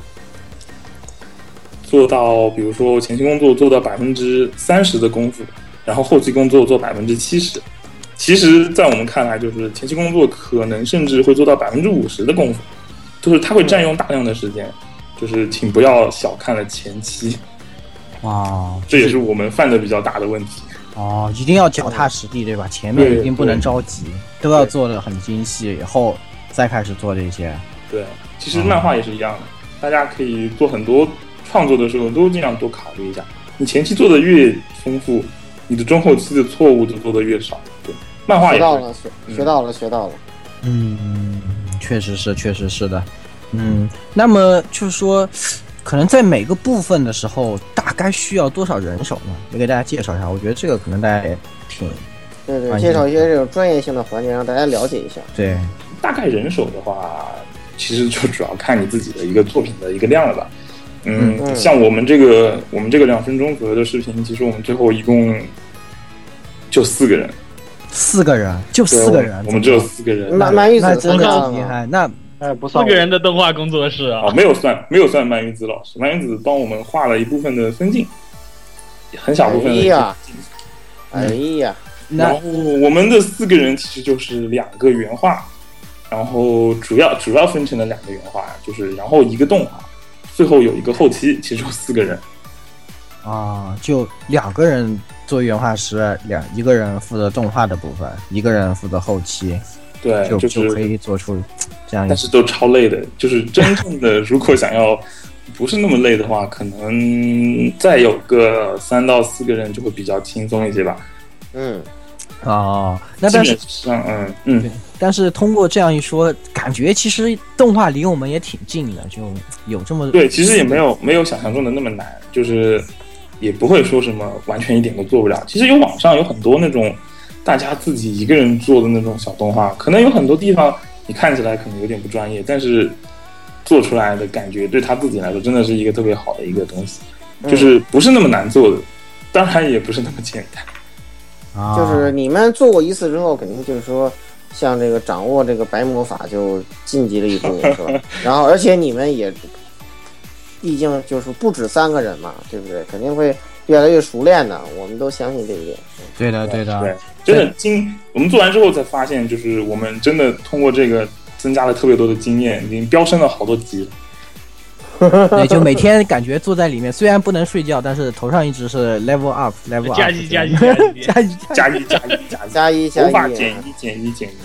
做到，比如说我前期工作做到百分之三十的功夫，然后后期工作做百分之七十。其实，在我们看来，就是前期工作可能甚至会做到百分之五十的功夫，就是它会占用大量的时间。就是请不要小看了前期， 哇， 这也是我们犯的比较大的问题。 哦，一定要脚踏实地，对吧？前面一定不能着急，都要做得很精细，以后再开始做这些。 对，其实漫画也是一样的，嗯、大家可以做很多创作的时候都这样多考虑一下。你前期做的越丰富，你的中后期的错误就做的越少。对，漫画也是。 学到了，学、嗯、学到了，学到了。 嗯，确实是，确实是的。嗯，那么就是说，可能在每个部分的时候，大概需要多少人手呢？也给大家介绍一下。我觉得这个可能大家也挺对对，介绍一些这种专业性的环节，让大家了解一下。 对， 大概人手的话，其实就主要看你自己的一个作品的一个量了吧。嗯，嗯像我们这个我们这个两分钟左右的视频，其实我们最后一共就四个人， 四个人就四个人， 我们只有四个人。 鳗鳗鱼子真的厉害，那。 哎，不算四个人的动画工作室啊， 哦，没有算，没有算鳗鱼子老师，鳗鱼子帮我们画了一部分的分镜，很小部分的。 哎呀，哎呀， 然后我们的四个人其实就是两个原画，然后主要主要分成了两个原画，就是然后一个动画，最后有一个后期，其实就四个人。 啊，就两个人做原画师，两一个人负责动画的部分，一个人负责后期。 对， 就、 就是就可以做出这样一， 但是都超累的。就是真正的，如果想要不是那么累的话，可能再有个三到四个人就会比较轻松一些吧。 嗯， 哦，那但是嗯嗯， 对，但是通过这样一说，感觉其实动画离我们也挺近的，就有这么对，其实也没有没有想象中的那么难，就是也不会说什么完全一点都做不了。其实有网上有很多那种。大家自己一个人做的那种小动画，可能有很多地方你看起来可能有点不专业，但是做出来的感觉对他自己来说真的是一个特别好的一个东西，嗯、就是不是那么难做的，当然也不是那么简单。 啊、 就是你们做过一次之后，肯定就是说，像这个掌握这个白魔法就晋级了一步，是吧？然后而且你们也，毕竟就是不止三个人嘛，对不对？肯定会越来越熟练的，我们都相信这一点。 对的，对的， 对，真的经我们做完之后才发现，就是我们真的通过这个增加了特别多的经验，已经飙升了好多级了。对，就每天感觉坐在里面，虽然不能睡觉，但是头上一直是 level up，level up， 加一加一加一加一加一加一加一加一， 头发减一减一减一，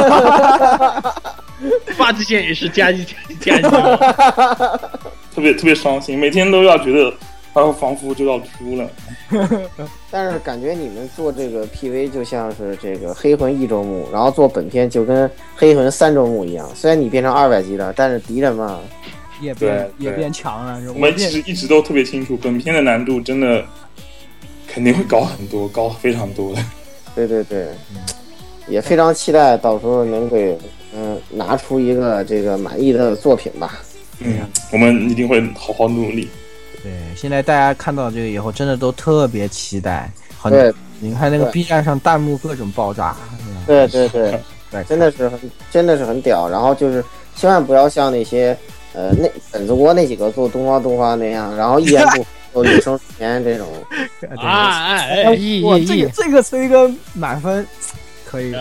发际线也是加一加一加一， 特别特别伤心，每天都要觉得。啊，仿佛就要出了， 但是感觉你们做这个 P V 就像是这个黑魂一周目，然后做本片就跟黑魂三周目一样。虽然你变成二百级了，但是敌人嘛也变也变强了。 我们其实一直都特别清楚，本片的难度真的肯定会高很多，高非常多的。 对对对，也非常期待到时候能给嗯拿出一个这个满意的作品吧。 嗯，我们一定会好好努力。 对，现在大家看到这个以后，真的都特别期待。很对， 你看那个 B 站上弹幕各种爆炸。 对对对，真的是很真的是很屌。然后就是千万不要像那些呃那本子国那几个做东方动画那样，然后一言不做有声书言这种。 啊哎哎， 我这个这个吹个满分。可以，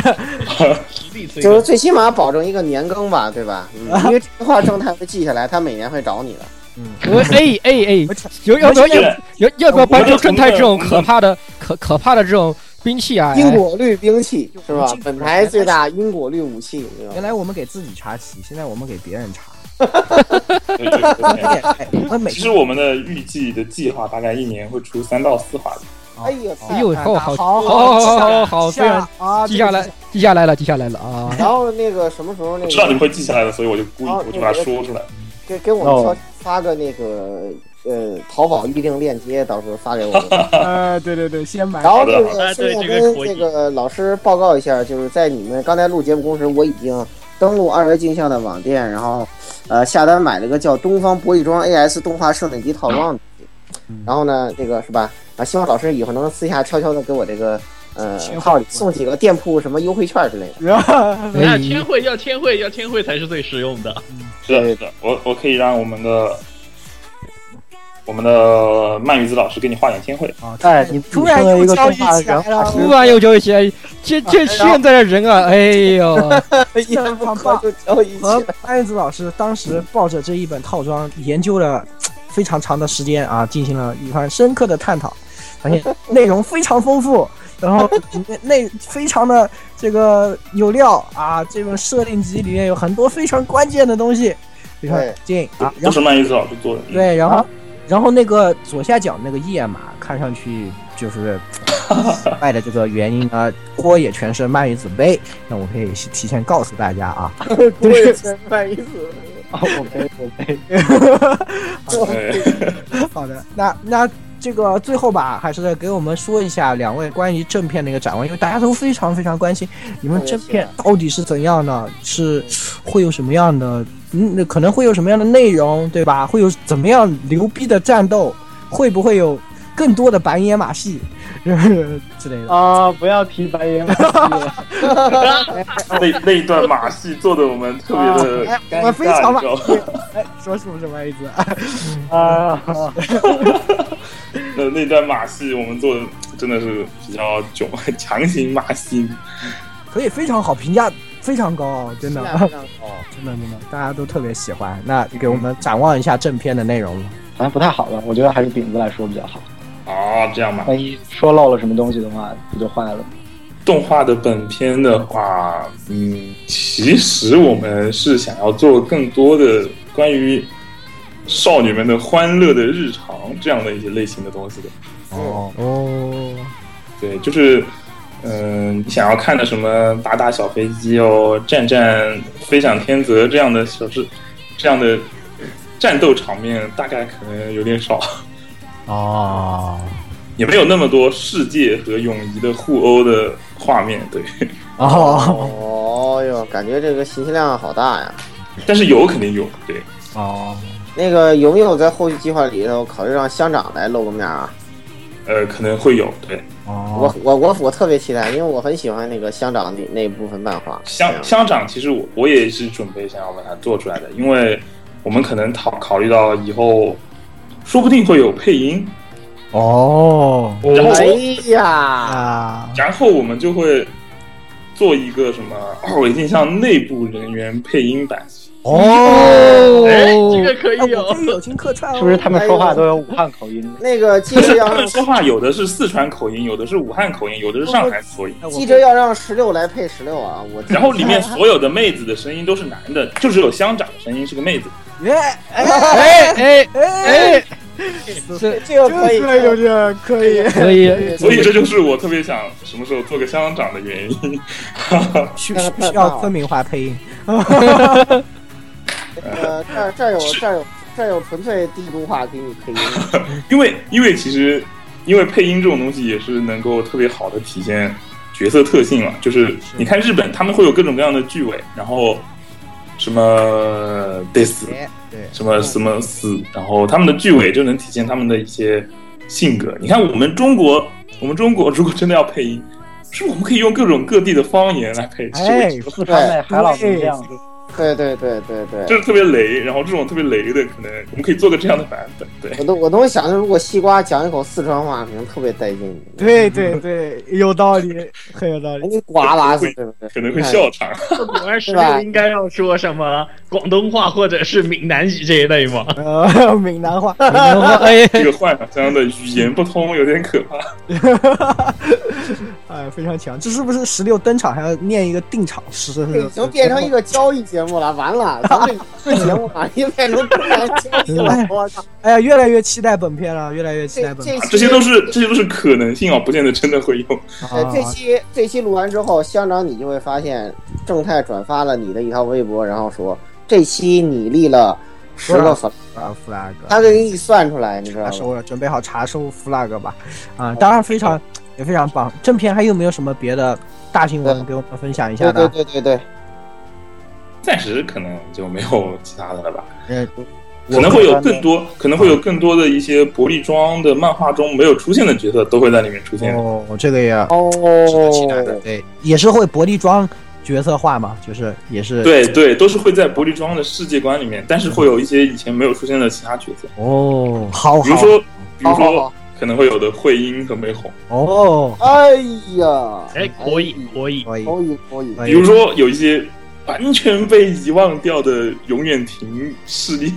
就是最起码保证一个年更吧，对吧？嗯、因为这句话正太会记下来，他每年会找你的。 嗯，哎哎哎，有要不要要要要不要搬出正太这种可怕的可可怕的这种兵器啊？ 因果律兵器是吧？本台最大因果律武器。 原来我们给自己插旗，现在我们给别人插。 对对对，其实我们的预计的计划大概一年会出三到四话的。 哎呦， 哎呦，好好好好好好好，非常记下来，记下来了，记下来了啊！ 然后那个什么时候那个， 知道你们会记下来的，所以我就故意我就把它说出来， 给给我们发个那个呃淘宝预定链接，到时候发给我们。 呃，对对对，先买。 然后这个顺便跟这个老师报告一下，就是在你们刚才录节目同时，我已经登录二维镜像的网店，然后呃下单买了个叫东方博弈庄 A S 动画摄影机套装的。然后呢，这个是吧？啊，希望老师以后能私下悄悄的给我这个呃号里送几个店铺什么优惠券之类的。 那天会要天会要天会才是最实用的。 是的，是的，我我可以让我们的我们的鳗鱼子老师给你画点天会。 啊， 哎，你突然又交易起来了， 突然又交易起来，这这现在的人啊，哎呦， 一言不合就交易起和来。 安燕子老师当时抱着这一本套装研究了非常长的时间啊，进行了一番深刻的探讨，发现内容非常丰富，然后内非常的这个有料啊，这本设定集里面有很多非常关键的东西，非常劲啊。 都是鳗鱼子老师做的。 对，然后然后那个左下角那个页码看上去就是卖的这个原因呢，锅也全是鳗鱼子背，那我可以提前告诉大家啊， 我也全鳗鱼子。 哦，我背我背。 好的，那那这个最后吧，还是给我们说一下两位关于正片的一个展望，因为大家都非常非常关心你们正片到底是怎样的，是会有什么样的，嗯，可能会有什么样的内容，对吧？会有怎么样牛逼的战斗，会不会有更多的白眼马戏之类的啊！不要提白眼马戏了。 那那一段马戏做的我们特别的尴尬， 我非常你知道吗？ 哎，说什么什么意思啊？ 那那段马戏我们做的真的是比较囧，强行马戏， 可以非常好，评价非常高，真的， 非常非常高， 真的真的，大家都特别喜欢。那给我们展望一下正片的内容吧。 好像不太好了，我觉得还是饼子来说比较好。 哦，这样吧。 万一说漏了什么东西的话，不就坏了？ 动画的本片的话，嗯，其实我们是想要做更多的关于少女们的欢乐的日常这样的一些类型的东西的。 哦哦， 对，就是，嗯、呃，你想要看的什么打打小飞机哦，战战飞上天泽这样的小事，这样的战斗场面，大概可能有点少。 哦， 也没有那么多世界和泳仪的互殴的画面，对。 哦哦哟，感觉这个信息量好大呀！ 但是有肯定有，对。 哦， 那个有没有在后续计划里头考虑让乡长来露个面啊？ 呃，可能会有，对。 哦， 我我我我特别期待，因为我很喜欢那个乡长那那部分漫画。 乡乡长其实我我也是准备想要把它做出来的，因为我们可能考考虑到以后。说不定会有配音哦， 然后哎呀啊， 然后我们就会做一个什么二维镜像内部人员配音版哦， 哎，这个可以有， 我可以友情客串哦， 是不是他们说话都有武汉口音？ 那个记着要他们说话有的是四川口音，有的是武汉口音，有的是上海口音。 记着要让十六来配十六啊！我然后里面所有的妹子的声音都是男的，就只有乡长的声音是个妹子。 耶，哎哎哎哎， 这这个可以， 可以有点可以可以， 所以这就是我特别想什么时候做个乡长的原因。 需需要村民化配音。 呃，这儿这儿有这儿有这儿有纯粹帝都话给你配音， 因为因为其实因为配音这种东西也是能够特别好的体现角色特性嘛，就是你看日本他们会有各种各样的句尾，然后什么 this 对， 什么什么死，然后他们的句尾就能体现他们的一些性格。你看我们中国，我们中国如果真的要配音，是我们可以用各种各地的方言来配， 哎， 四川的海老师这样子。 对对对对对， 就是特别雷，然后这种特别雷的，可能我们可以做个这样的版本。对， 我都我都想着，如果西瓜讲一口四川话，可能特别带劲。 对对对，有道理，很有道理。 你呱啦死，对不对？ 可能会笑场。 果然十六应该要说什么广东话或者是闽南语这一类吗？ 呃，闽南话， 闽南话，哎， 这个幻想这样的语言不通有点可怕。 哎，非常强。这是不是十六登场还要念一个定场诗？ 这已经变成一个交易节目了，完了，咱们这节目马上变成公然交易了。我操！ 哎呀，越来越期待本片了，越来越期待本片。 这些都是这些都是可能性啊，不见得真的会用。 呃，这期这期录完之后，乡长你就会发现，正太转发了你的一条微博，然后说这期你立了十个粉啊 flag， 他给你算出来，你知道吗？ 查收了，准备好查收 flag 吧。啊，当然非常也非常棒。正片还有没有什么别的大新闻给我们分享一下的？ 对对对对对。 暂时可能就没有其他的了吧。 呃， 可能会有更多，可能会有更多的一些伯利庄的漫画中没有出现的角色都会在里面出现。 哦，这个也哦， 值得期待的。对，也是会伯利庄角色化嘛，就是也是对对，都是会在伯利庄的世界观里面，但是会有一些以前没有出现的其他角色。 哦，好， 比如说，比如好好说好可能会有的慧英和美红。 哦， 哎呀， 哎，可以可以， 可以可以可以， 比如说有一些完全被遗忘掉的永远亭势力，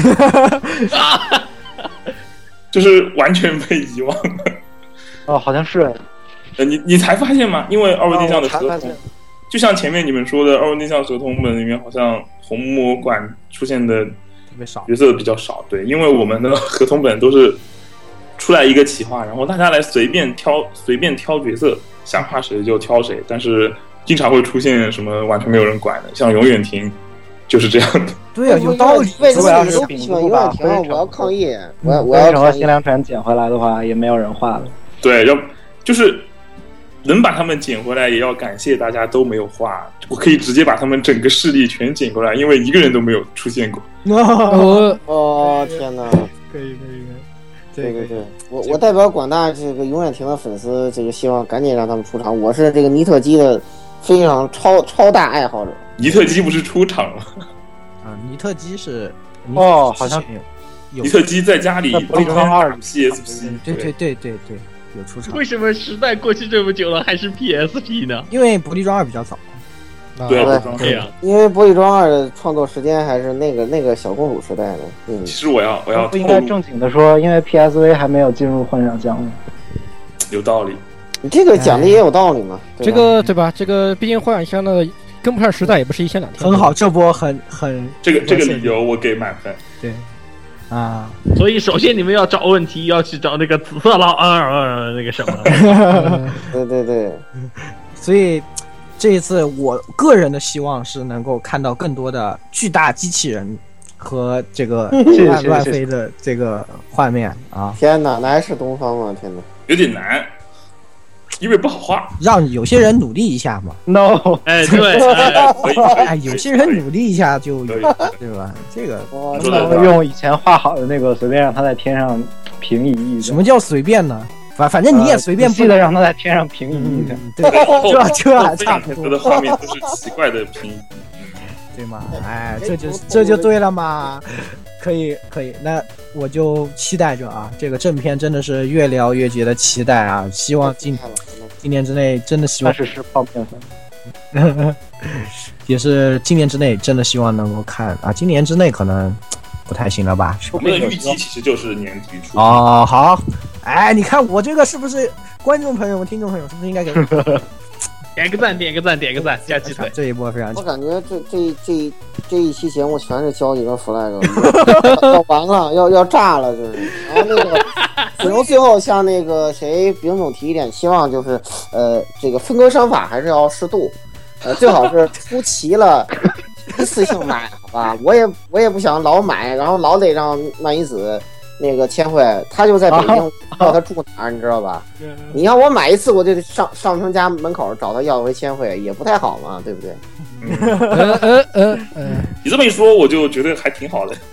就是完全被遗忘了。 哦，好像是。 呃，你你才发现吗？因为二维定向的合同， 哦我才发现就像前面你们说的，二维定向合同本里面好像红魔馆出现的特别少。 角色比较少。对，因为我们的合同本都是出来一个企划，然后大家来随便挑随便挑角色，想画谁就挑谁，但是经常会出现什么完全没有人管的，像永远亭就是这样的。 对啊，有道理。 为什么如果要是你都不喜欢永远亭？我要抗议！我要我为什么要抗议新！良传捡回来的话，也没有人画了。 对，要就是能把他们捡回来，也要感谢大家都没有画。我可以直接把他们整个势力全捡过来，因为一个人都没有出现过。 哦， 哦天哪！ 可以可以可以。 对对对，我我代表广大这个永远亭的粉丝，这个希望赶紧让他们出场。我是这个尼特基的非常超超大爱好者。 尼特基不是出场了？ 啊，尼特基是哦好像有尼特基在家里在伯利庄二 P S P， 对对对对对，有出场。 为什么时代过去这么久了还是 P S P 呢？ 因为伯利庄二比较早。 对对这样， 因为伯利庄二的创作时间还是那个那个小公主时代的。嗯其，实我要我要不应该正经的说，因为 P S V 还没有进入幻想项目。 有道理。 你这个讲的也有道理嘛。对吧这个对吧？这个毕竟幻想乡的跟不上时代，也不是一天两天。 很好，这波很很这个这个理由我给满分。 对啊， 所以首先你们要找问题，要去找那个紫色老二那个什么。 对对对， 所以这一次我个人的希望是能够看到更多的巨大机器人和这个乱乱飞的这个画面啊， 天哪，那还是东方吗？天哪！ 有点难，因为不好画。 让有些人努力一下嘛。 No， 哎，对， 哎可以可以哎，有些人努力一下就可以对吧？这个哇， 说得我用以前画好的那个，随便让它在天上平移一下。 什么叫随便呢？反反正你也随便不记得让它在天上平移一下。 嗯，对，这这还差不多的画面都是奇怪的拼音。 对吗？哎，这就这就对了嘛。可以可以，那我就期待着啊，这个正片真的是越聊越觉得期待啊！希望今今年之内真的希望那是吃泡面粉。 也是今年之内真的希望能够看啊，今年之内可能不太行了吧？ 我们的预计其实就是年底出。 哦，好，哎，你看我这个是不是观众朋友们、听众朋友是不是应该给点个赞，点个赞，点个赞，加鸡腿。 这一波非常我感觉这这这这一期节目全是交几个 flag， 要完了，要要炸了，就是。然后那个，只能最后向那个谁丙总提一点希望，就是呃，这个分割商法还是要适度，呃，最好是出齐了，一次性买，好吧？我也我也不想老买，然后老得让漫一子那个千惠，他就在北京，不知道他住哪儿，你知道吧？你让我买一次，我就得上上他家门口找他要回千惠，也不太好嘛，对不对？ 呃呃呃呃， 你这么一说，我就觉得还挺好的。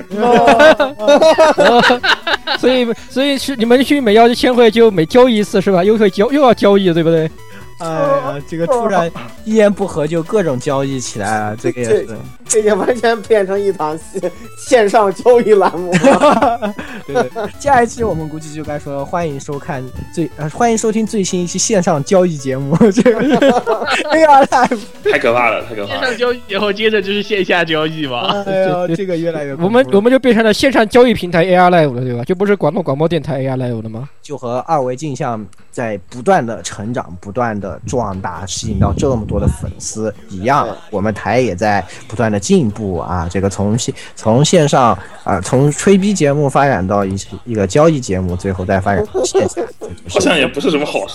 所以所以是你们去每要千惠就每交易一次是吧？又会交又要交易对不对？ 哎呀，这个突然一言不合就各种交易起来了，这个也是， 这也完全变成一场线线上交易栏目了。 对对，下一期我们估计就该说欢迎收看最呃欢迎收听最新一期线上交易节目，这个 A R Live， 太可怕了，太可怕了。 线上交易以后，接着就是线下交易嘛。 哎呦，这个越来越我们我们就变成了线上交易平台 A R Live 了，对吧？就不是广东广播电台 A R Live 了吗？ 就和二维镜像在不断的成长、不断的壮大，吸引到这么多的粉丝一样，我们台也在不断的进步啊！这个从线从线上啊，从吹逼节目发展到一一个交易节目，最后再发展到线下， 好像也不是什么好事。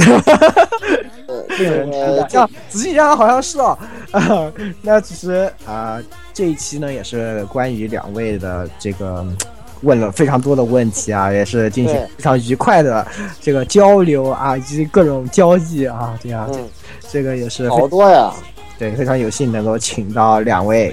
令人期待。这样仔细想想，好像是哦。啊，那其实啊，这一期呢也是关于两位的这个。问了非常多的问题啊，也是进行非常愉快的这个交流啊，以及各种交易啊，这样，嗯、这个也是好多呀。 对，非常有幸能够请到两位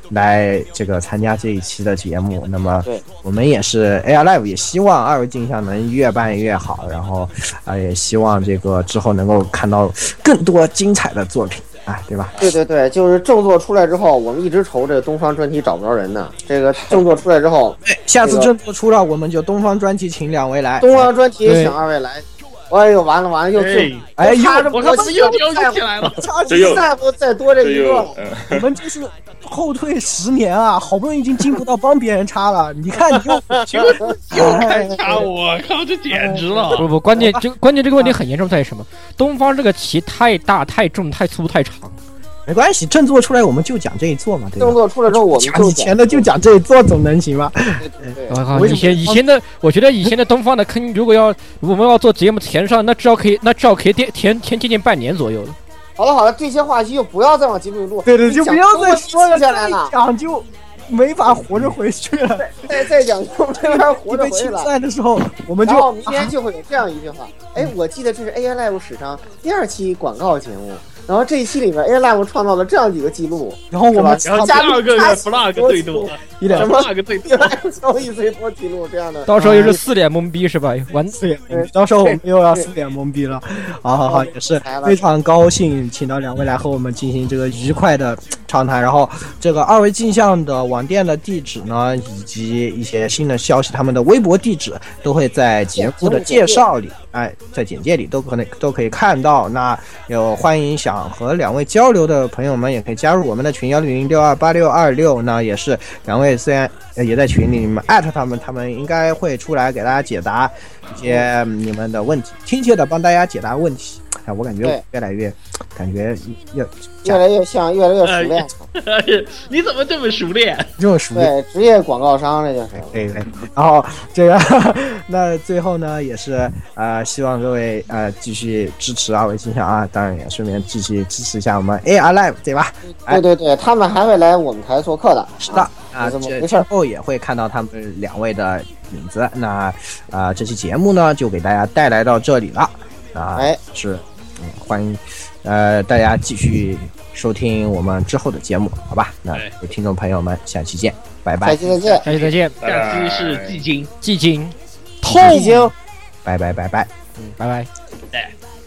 来这个参加这一期的节目。那么我们也是 A R Live 也希望二维镜像能越办越好，然后啊、呃、也希望这个之后能够看到更多精彩的作品。啊，对吧？ 对对对，就是正作出来之后，我们一直愁这个东方专题找不着人呢。这个正作出来之后， 对，下次正作出了，我们就东方专题请两位来。 东方专题请二位来。哎呦，完了完了，又就哎呦， 我靠，又又起来了， 再不再多这一个了， 我们这是后退十年啊，好不容易已经进步到帮别人插了，你看你又又开插，我靠，这简直了！ 不不，关键这关键这个问题很严重在于什么？东方这个旗太大、太重、太粗、太长。 没关系，正作出来我们就讲这一座嘛，对吧？ 正作出来之后我们讲以前的就讲这一座，总能行吧？ 我靠，以前以前的，我觉得以前的东方的坑，如果要我们要做节目填上，那至少可以，那至少可以填填填接近半年左右的。 好了好了，这些话题就不要再往节目里录， 对对，就不要再说了， 下来了， 讲就没法活着回去了。 再再讲就没法活着回去了。 在的时候，我们就然后明天就会有这样一句话，哎，我记得这是 A I Live 史上第二期广告节目。然后这一期里面 A Live 创造了这样几个记录， 然后我们然后加二个 flag 最多， 一点 flag 最多， 交易最多记录这样的。 到时候又是四脸懵逼是吧？完四脸，到时候我们又要四脸懵逼了。好好好，也是非常高兴请到两位来和我们进行这个愉快的畅谈。然后这个二维镜像的网店的地址呢，以及一些新的消息，他们的微博地址都会在节目的介绍里，哎，在简介里都可能都可以看到。那有欢迎想和两位交流的朋友们，也可以加入我们的群幺零零六二八六二六。那也是两位虽然也在群里，你们艾特他们，他们应该会出来给大家解答一些你们的问题，亲切的帮大家解答问题。哎，我感觉越来越，感觉越越来越像，越来越熟练。 你怎么这么熟练？ 这么熟练？ 对，职业广告商这就是。 对对。然后这个，那最后呢，也是呃，希望各位呃继续支持二维镜像啊，当然也顺便继续支持一下我们 A R Live， 对吧？ 对对对，他们还会来我们台做客的。 是的。啊，这之后也会看到他们两位的名字。那啊、呃，这期节目呢，就给大家带来到这里了。啊， 哎， 是，嗯，欢迎，呃，大家继续收听我们之后的节目，好吧？那有听众朋友们，下期见，拜拜。 下期再见， 下期再见。 下期是寂静， 寂静， 寂静， 拜拜拜拜， 嗯，拜拜。 对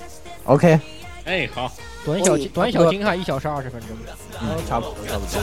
，OK。 哎，好。 短小短小精悍，一小时二十分钟， 嗯，差不多差不多。